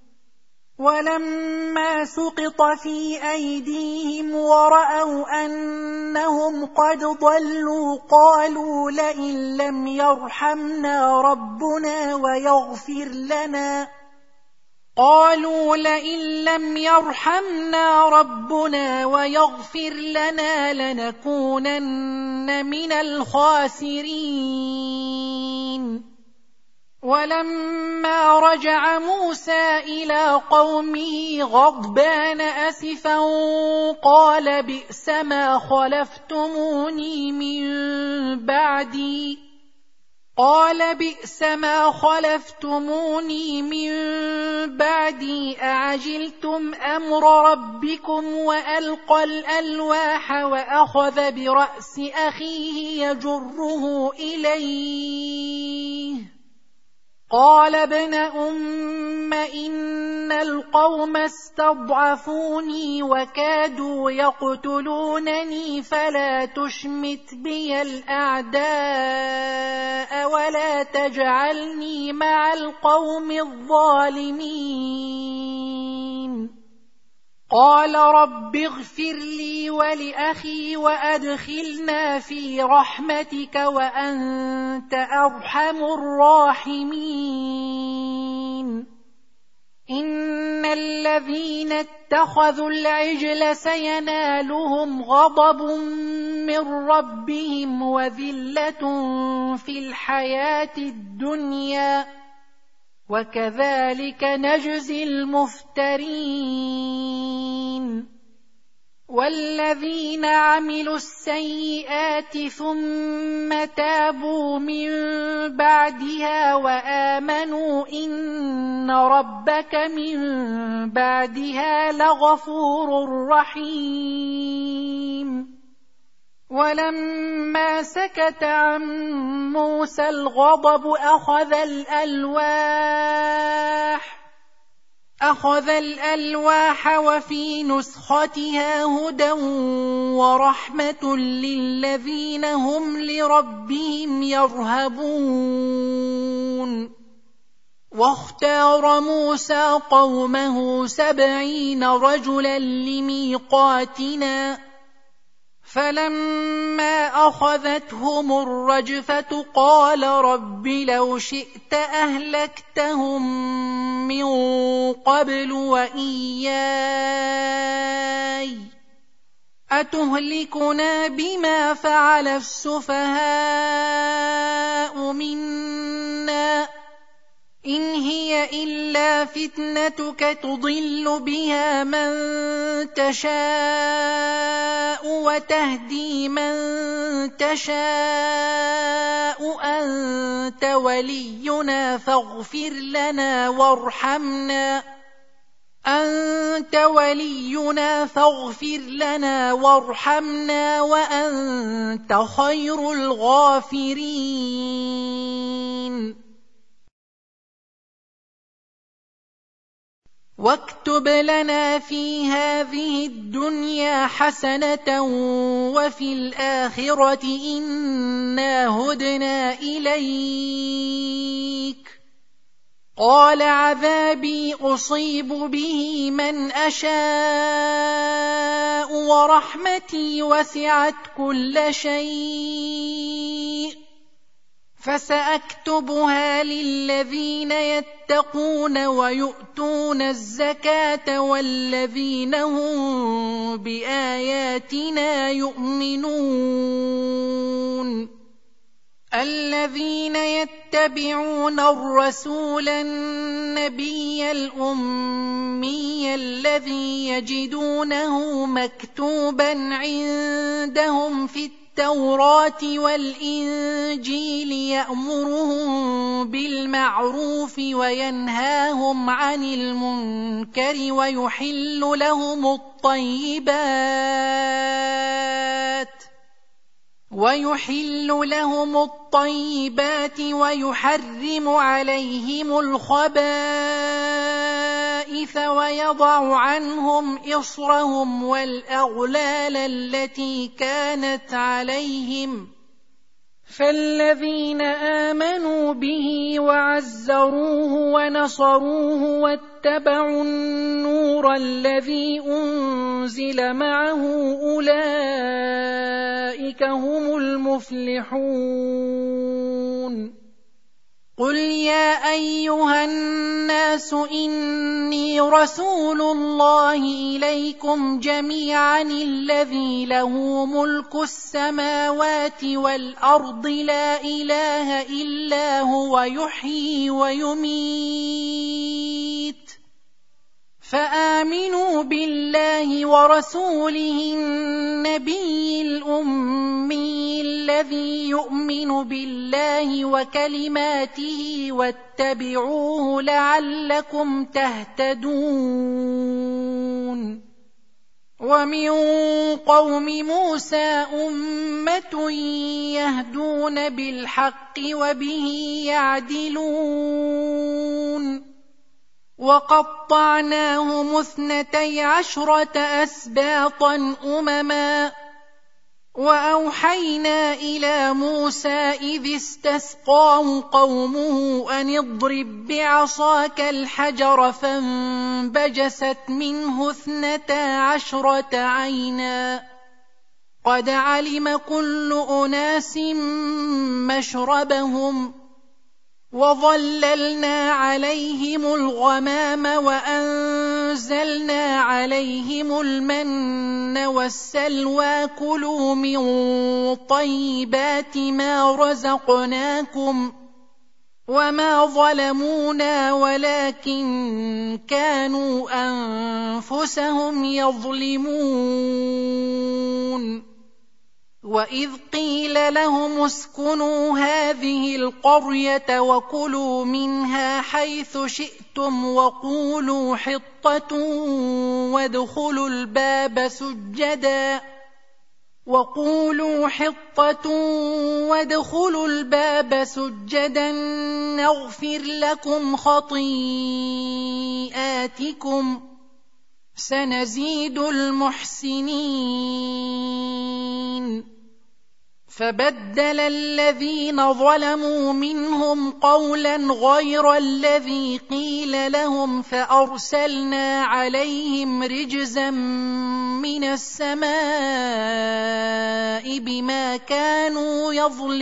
A: ولما سقط في أيديهم ورأوا أنهم قد ضلوا قالوا لئن لم يرحمنا ربنا ويغفر لنا قالوا لئن لم يرحمنا ربنا ويغفر لنا لنكونن من الخاسرين ولما رجع موسى إلى قومه غضبان أسفا قال بئس ما خلفتموني من بعدي قال بئس ما خلفتموني من بعدي أعجلتم أمر ربكم وألقى الألواح وأخذ برأس أخيه يجره إليه قال ابن أم إن القوم استضعفوني وكادوا يقتلونني فلا تشمت بي الأعداء ولا تجعلني مع القوم الظالمين قال رب اغفر لي ولأخي وأدخلنا في رحمتك وأنت أرحم الراحمين إن الذين اتخذوا العجل سينالهم غضب من ربهم وذلة في الحياة الدنيا وكذلك نجزي المفترين والذين عملوا السيئات ثم تابوا من بعدها وآمنوا إن ربك من بعدها لغفور رحيم ولما سكت عن موسى الغضب أخذ الألواح أخذ الألواح وفي نسختها هدى ورحمة للذين هم لربهم يرهبون واختار موسى قومه سبعين رجلا لميقاتنا فلما أخذتهم الرجفة قال رب لو شئت أهلكتهم من قبل وإياي أتهلكنا بما فعل السفهاء منا إن هي إلا فتنتك تضل بها من تشاء وتهدي من تشاء أنت ولينا فاغفر لنا وارحمنا أنت ولينا فاغفر لنا وارحمنا وأنت خير الغافرين واكتب لنا في هذه الدنيا حسنة وفي الآخرة إنا هدنا إليك قال عذابي أصيب به من أشاء ورحمتي وسعت كل شيء فسأكتبها للذين يتقون ويؤتون الزكاة والذين هم بآياتنا يؤمنون الذين يتبعون الرسول النبي الأمي الذي يجدونه مكتوبا عندهم في التوراة والإنجيل يأمرهم بالمعروف وينهاهم عن المنكر ويحل لهم الطيبات ويحل لهم الطيبات ويحرم عليهم الخبائث ويضع عنهم إصرهم والأغلال التي كانت عليهم فالذين آمنوا به وعزروه ونصروه واتبعوا النور الذي أنزل معه أولئك هم المفلحون قل يا أيها الناس إني رسول الله إليكم جميعا الذي له ملك السماوات والأرض لا إله إلا هو يحيي ويميت فآمنوا بالله ورسوله النبي الأمي الذي يؤمن بالله وكلماته واتبعوه لعلكم تهتدون ومن قوم موسى أمة يهدون بالحق وبه يعدلون وقطعناهم اثنتي عشرة أسباطا أمما وأوحينا إلى موسى إذ استسقاه قومه أن اضرب بعصاك الحجر فانبجست منه اثنتا عشرة عينا قد علم كل أناس مشربهم وظللنا عليهم الغمام وأنزلنا عليهم المن والسلوى كلوا من طيبات ما رزقناكم وما ظلمونا ولكن كانوا أنفسهم يظلمون وإذ قيل لهم اسكنوا هذه القرية وكلوا منها حيث شئتم وقولوا حطة وادخلوا الباب سجدا وقولوا حطة وادخلوا الباب سجدا نغفر لكم خطيئاتكم سنزيد المحسنين فبدل الذين ظلموا منهم قولا غير الذي قيل لهم فأرسلنا عليهم رجزا من السماء بما كانوا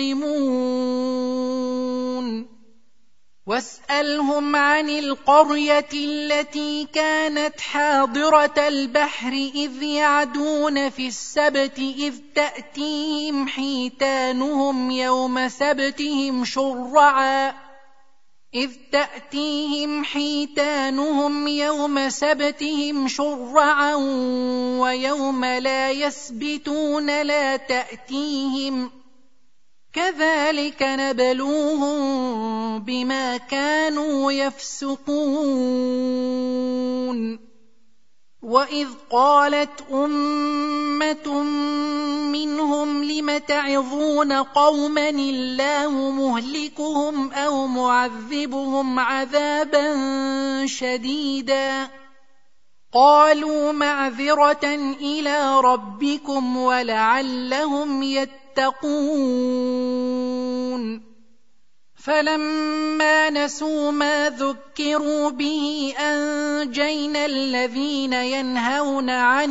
A: يظلمون واسألهم عن القرية التي كانت حاضرة البحر إذ يعدون في السبت إذ تأتيهم حيتانهم يوم سبتهم شرعا إذ تأتيهم حيتانهم يوم سبتهم شرعا ويوم لا يسبتون لا تأتيهم كذلك نبلوهم بما كانوا يفسقون وإذ قالت أمة منهم لم تعظون قوما الله مهلكهم أو معذبهم عذابا شديدا قالوا معذرة إلى ربكم ولعلهم يتقون فلما نسوا ما ذكروا به أنجينا الذين ينهون عن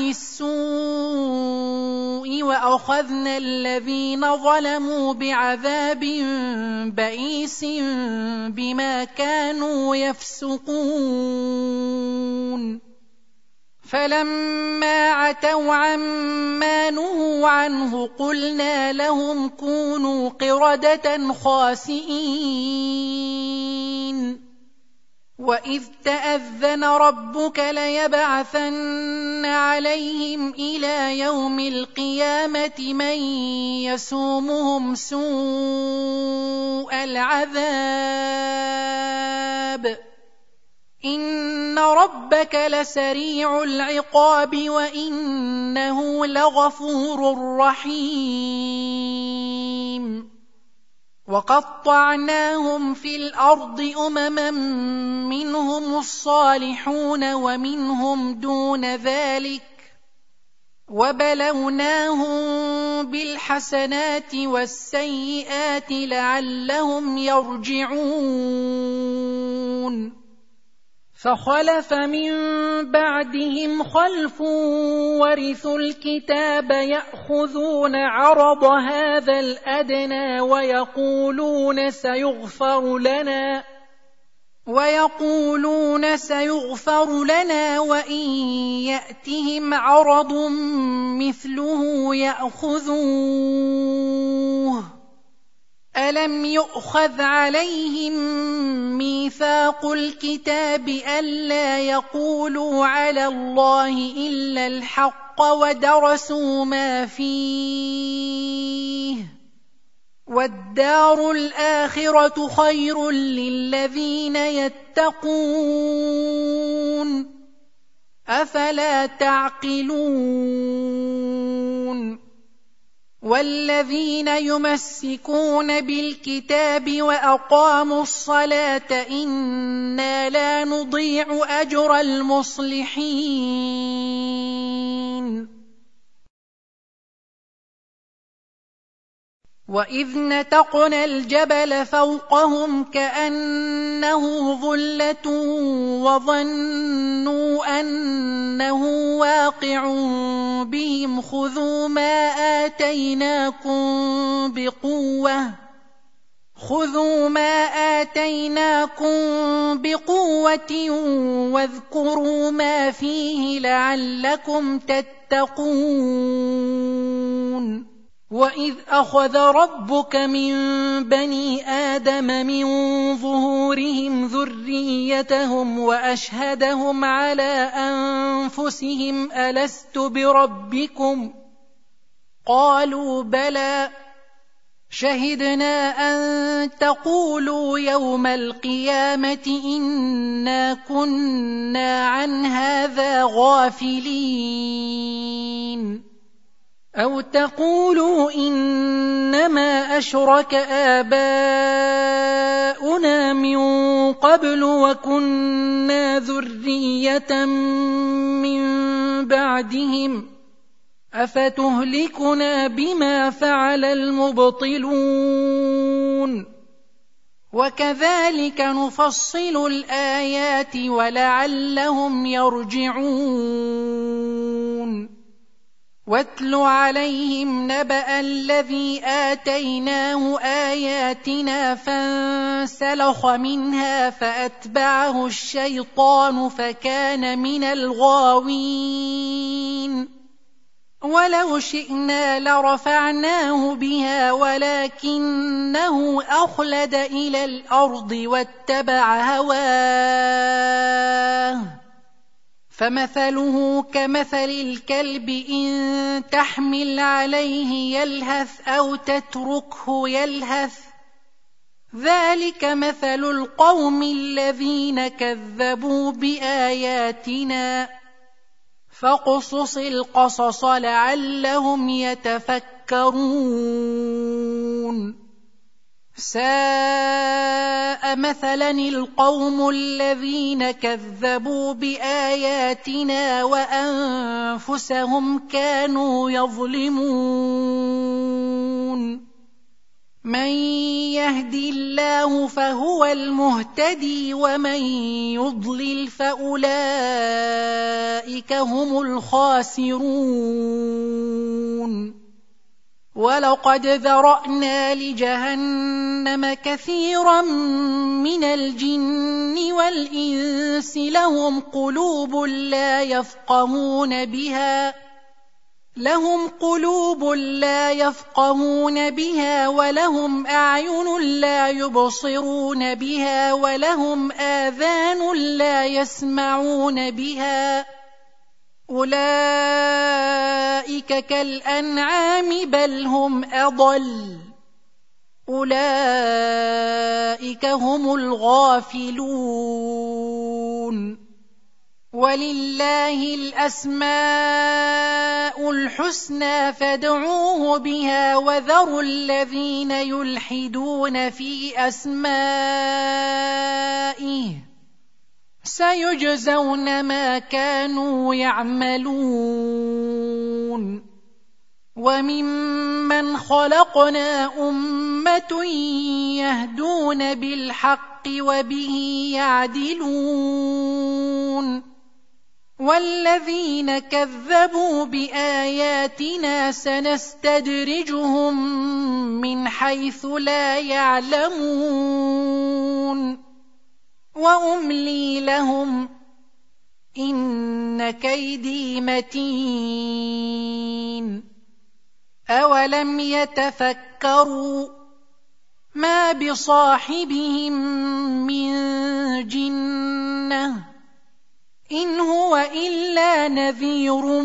A: السوء وأخذنا الذين ظلموا بعذاب بئيس بما كانوا يفسقون فلما عتوا عما نهوا عنه قلنا لهم كونوا قردة خاسئين وإذ تأذن ربك ليبعثن عليهم إلى يوم القيامة من يسومهم سوء العذاب إن ربك لسريع العقاب وإنه لغفور رحيم وقطعناهم في الأرض أمما منهم الصالحون ومنهم دون ذلك وبلوناهم بالحسنات والسيئات لعلهم يرجعون فخلف من بعدهم خلف ورثوا الكتاب يأخذون عرض هذا الأدنى ويقولون سيغفر لنا ويقولون سيغفر لنا وإن يأتهم عرض مثله يأخذوه ألم يؤخذ عليهم ميثاق الكتاب ألا يقولوا على الله إلا الحق ودرسوا ما فيه والدار الآخرة خير للذين يتقون أفلا تعقلون والذين يمسكون بالكتاب وأقاموا الصلاة إنا لا نضيع أجر المصلحين وإذ نتقنا الجبل فوقهم كأنه ظلة وظنوا أنه واقع بهم خذوا ما آتيناكم بقوة خذوا ما آتيناكم بقوة واذكروا ما فيه لعلكم تتقون وإذ أخذ ربك من بني آدم من ظهورهم ذريتهم وأشهدهم على أنفسهم ألست بربكم قالوا بلى شهدنا أن تقولوا يوم القيامة إنا كنا عن هذا غافلين أو تقولوا إنما أشرك آباؤنا من قبل وكنا ذرية من بعدهم أفتهلكنا بما فعل المبطلون وكذلك نفصل الآيات ولعلهم يرجعون واتل عليهم نبأ الذي آتيناه آياتنا فانسلخ منها فأتبعه الشيطان فكان من الغاوين ولو شئنا لرفعناه بها ولكنه أخلد إلى الأرض واتبع هواه فمثله كمثل الكلب إن تحمل عليه يلهث أو تتركه يلهث ذلك مثل القوم الذين كذبوا بآياتنا فاقصص القصص لعلهم يتفكرون ساء مثلا القوم الذين كذبوا بآياتنا وأنفسهم كانوا يظلمون من يهد الله فهو المهتدي ومن يضلل فأولئك هم الخاسرون ولقد ذرأنا لجهنم كثيرا من الجن والإنس لهم قلوب لا يفقهون بها لهم قلوب لا يفقهون بها ولهم أعين لا يبصرون بها ولهم آذان لا يسمعون بها أولئك كالأنعام بل هم أضل أولئك هم الغافلون ولله الأسماء الحسنى فادعوه بها وذروا الذين يلحدون في أسمائه سيجزون ما كانوا يعملون وممن خلقنا أمة يهدون بالحق وبه يعدلون والذين كذبوا بآياتنا سنستدرجهم من حيث لا يعلمون وأملي لهم إن كيدي متين أولم يتفكروا ما بصاحبهم من جنة إن هو إلا نذير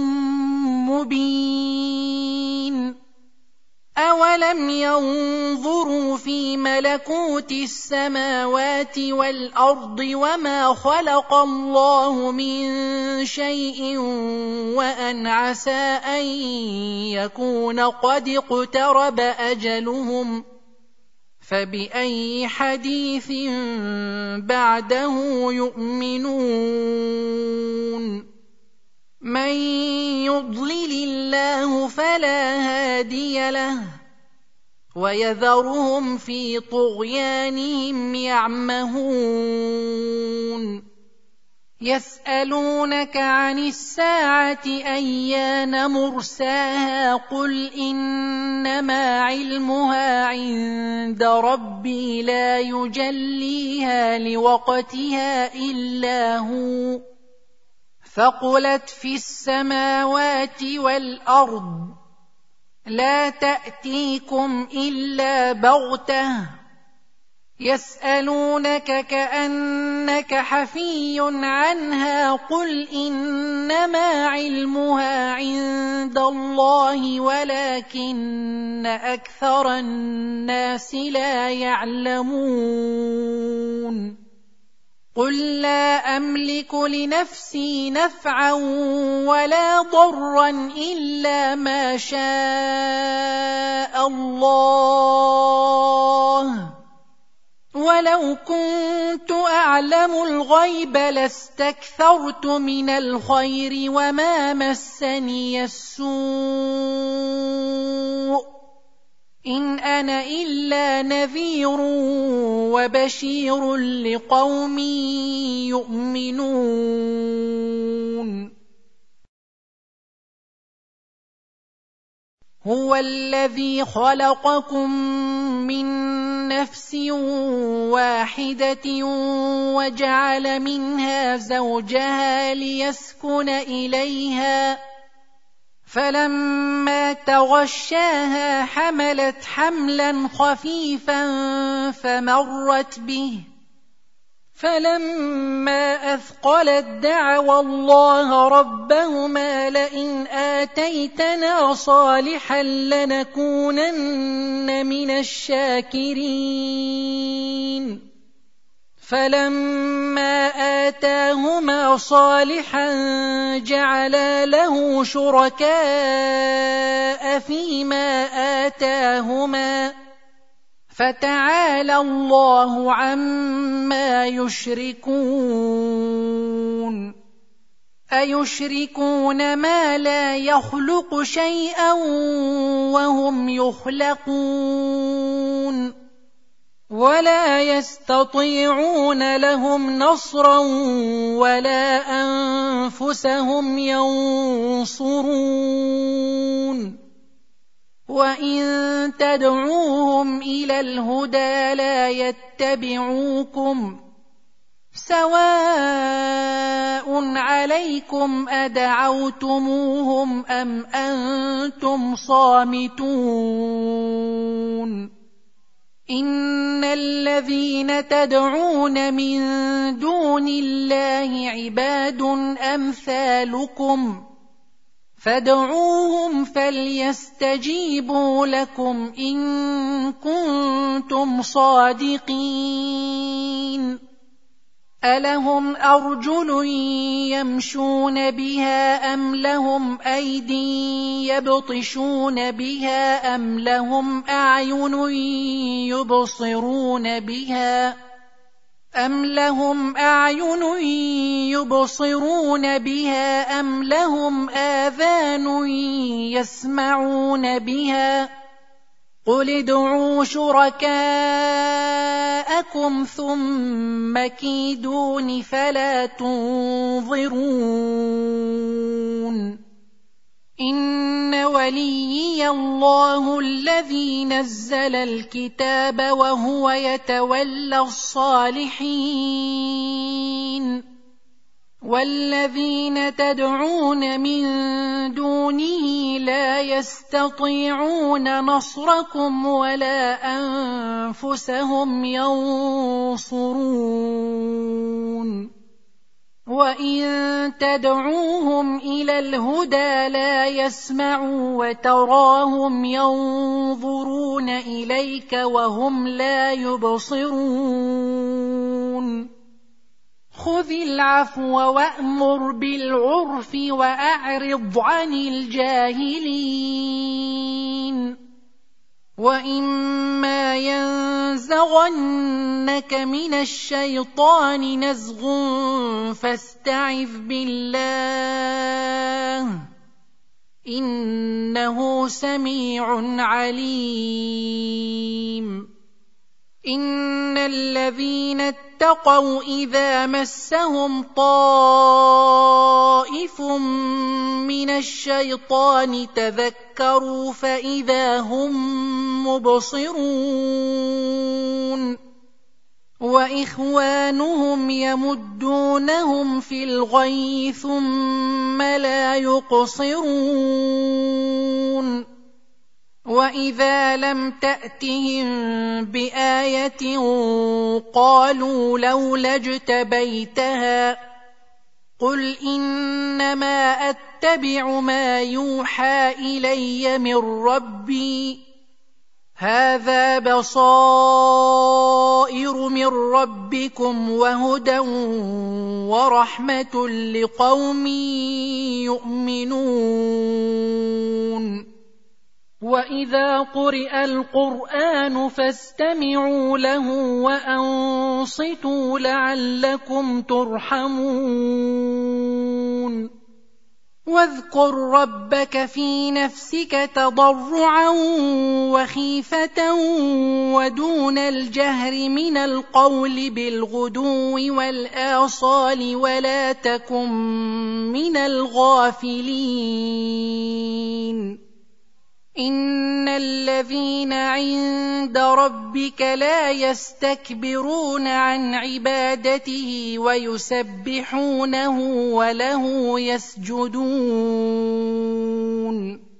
A: مبين أولم ينظروا في ملكوت السماوات والأرض وما خلق الله من شيء وأن عسى أن يكون قد اقترب أجلهم فبأي حديث بعده يؤمنون من يضلل الله فلا هادي له ويذرهم في طغيانهم يعمهون يسألونك عن الساعة أيان مرساها قل إنما علمها عند ربي لا يجليها لوقتها إلا هو ثقلت في السماوات والأرض لا تأتيكم إلا بغتة يسألونك كأنك حفي عنها قل إنما علمها عند الله ولكن أكثر الناس لا يعلمون قل لا أملك لنفسي نفعا ولا ضرا إلا ما شاء الله ولو كنت أعلم الغيب لاستكثرت من الخير وما مسني السوء إن أنا إلا نذير وبشير لقوم يؤمنون هو الذي خلقكم من نفس واحدة وجعل منها زوجها ليسكن إليها فلما تغشاها حملت حملا خفيفا فمرت به فلما أثقلت دعوا الله ربهما لئن آتيتنا صالحا لنكونن من الشاكرين فلما آتاهما صالحا جعلا له شركاء فيما آتاهما فتعالى الله عما يشركون أيشركون ما لا يخلق شيئا وهم يخلقون ولا يستطيعون لهم نصرا ولا أنفسهم ينصرون وإن تدعوهم إلى الهدى لا يتبعوكم سواء عليكم أدعوتموهم أم أنتم صامتون إن الذين تدعون من دون الله عباد أمثالكم فادعوهم فليستجيبوا لكم إن كنتم صادقين ألهم أرجل يمشون بها أم لهم أيدي يبطشون بها أم لهم أعين يبصرون بها أَمْ لَهُمْ أَعْيُنٌ يُبْصِرُونَ بِهَا أَمْ لَهُمْ آذَانٌ يَسْمَعُونَ بِهَا قُلِ ادْعُوا شُرَكَاءَكُمْ ثُمَّ كِيدُونِ فَلَا تُنظِرُونِ إِنَّ وَلِيِّيَ اللَّهُ الَّذِي نَزَّلَ الْكِتَابَ وَهُوَ يَتَوَلَّى الصَّالِحِينَ وَالَّذِينَ تَدْعُونَ مِن دُونِهِ لَا يَسْتَطِيعُونَ نَصْرَكُمْ وَلَا أَنفُسَهُمْ يَنصُرُونَ وَإِن تَدْعُوهُمْ إِلَى الْهُدَى لَا يَسْمَعُوا وَتَرَاهُمْ يَنظُرُونَ إِلَيْكَ وَهُمْ لَا يُبْصِرُونَ خُذِ الْعَفْوَ وَأْمُرْ بِالْعُرْفِ وَأَعْرِضْ عَنِ الْجَاهِلِينَ وَإِمَّا يَنزَغَنَّكَ مِنَ الشَّيْطَانِ نَزْغٌ فَاسْتَعِذْ بِاللَّهِ إِنَّهُ سَمِيعٌ عَلِيمٌ إِنَّ الَّذِينَ اتَّقَوْا إِذَا مَسَّهُمْ طَائِفٌ مِّنَ الشَّيْطَانِ تَذَكَّرُوا فَإِذَا هُم مُبْصِرُونَ وَإِخْوَانُهُمْ يَمُدُّونَهُمْ فِي الْغَيِّ ثُمَّ لَا يُقْصِرُونَ وَإِذَا لَمْ تَأْتِهِم بِآيَةٍ قَالُوا لَوْلَا اجْتَبَيْتَهَا قُلْ إِنَّمَا أَتَّبِعُ مَا يُوحَىٰ إِلَيَّ مِن رَّبِّي هَٰذَا بَصَائِرُ مِن رَّبِّكُمْ وَهُدًى وَرَحْمَةٌ لِّقَوْمٍ يُؤْمِنُونَ وَإِذَا قُرِئَ الْقُرْآنُ فَاسْتَمِعُوا لَهُ وَأَنصِتُوا لَعَلَّكُمْ تُرْحَمُونَ وَاذْكُر رَّبَّكَ فِي نَفْسِكَ تَضَرُّعًا وَخِيفَةً وَدُونَ الْجَهْرِ مِنَ الْقَوْلِ بِالْغُدُوِّ وَالْآصَالِ وَلَا تَكُن مِّنَ الْغَافِلِينَ إِنَّ الَّذِينَ عِندَ رَبِّكَ لَا يَسْتَكْبِرُونَ عَنْ عِبَادَتِهِ وَيُسَبِّحُونَهُ وَلَهُ يَسْجُدُونَ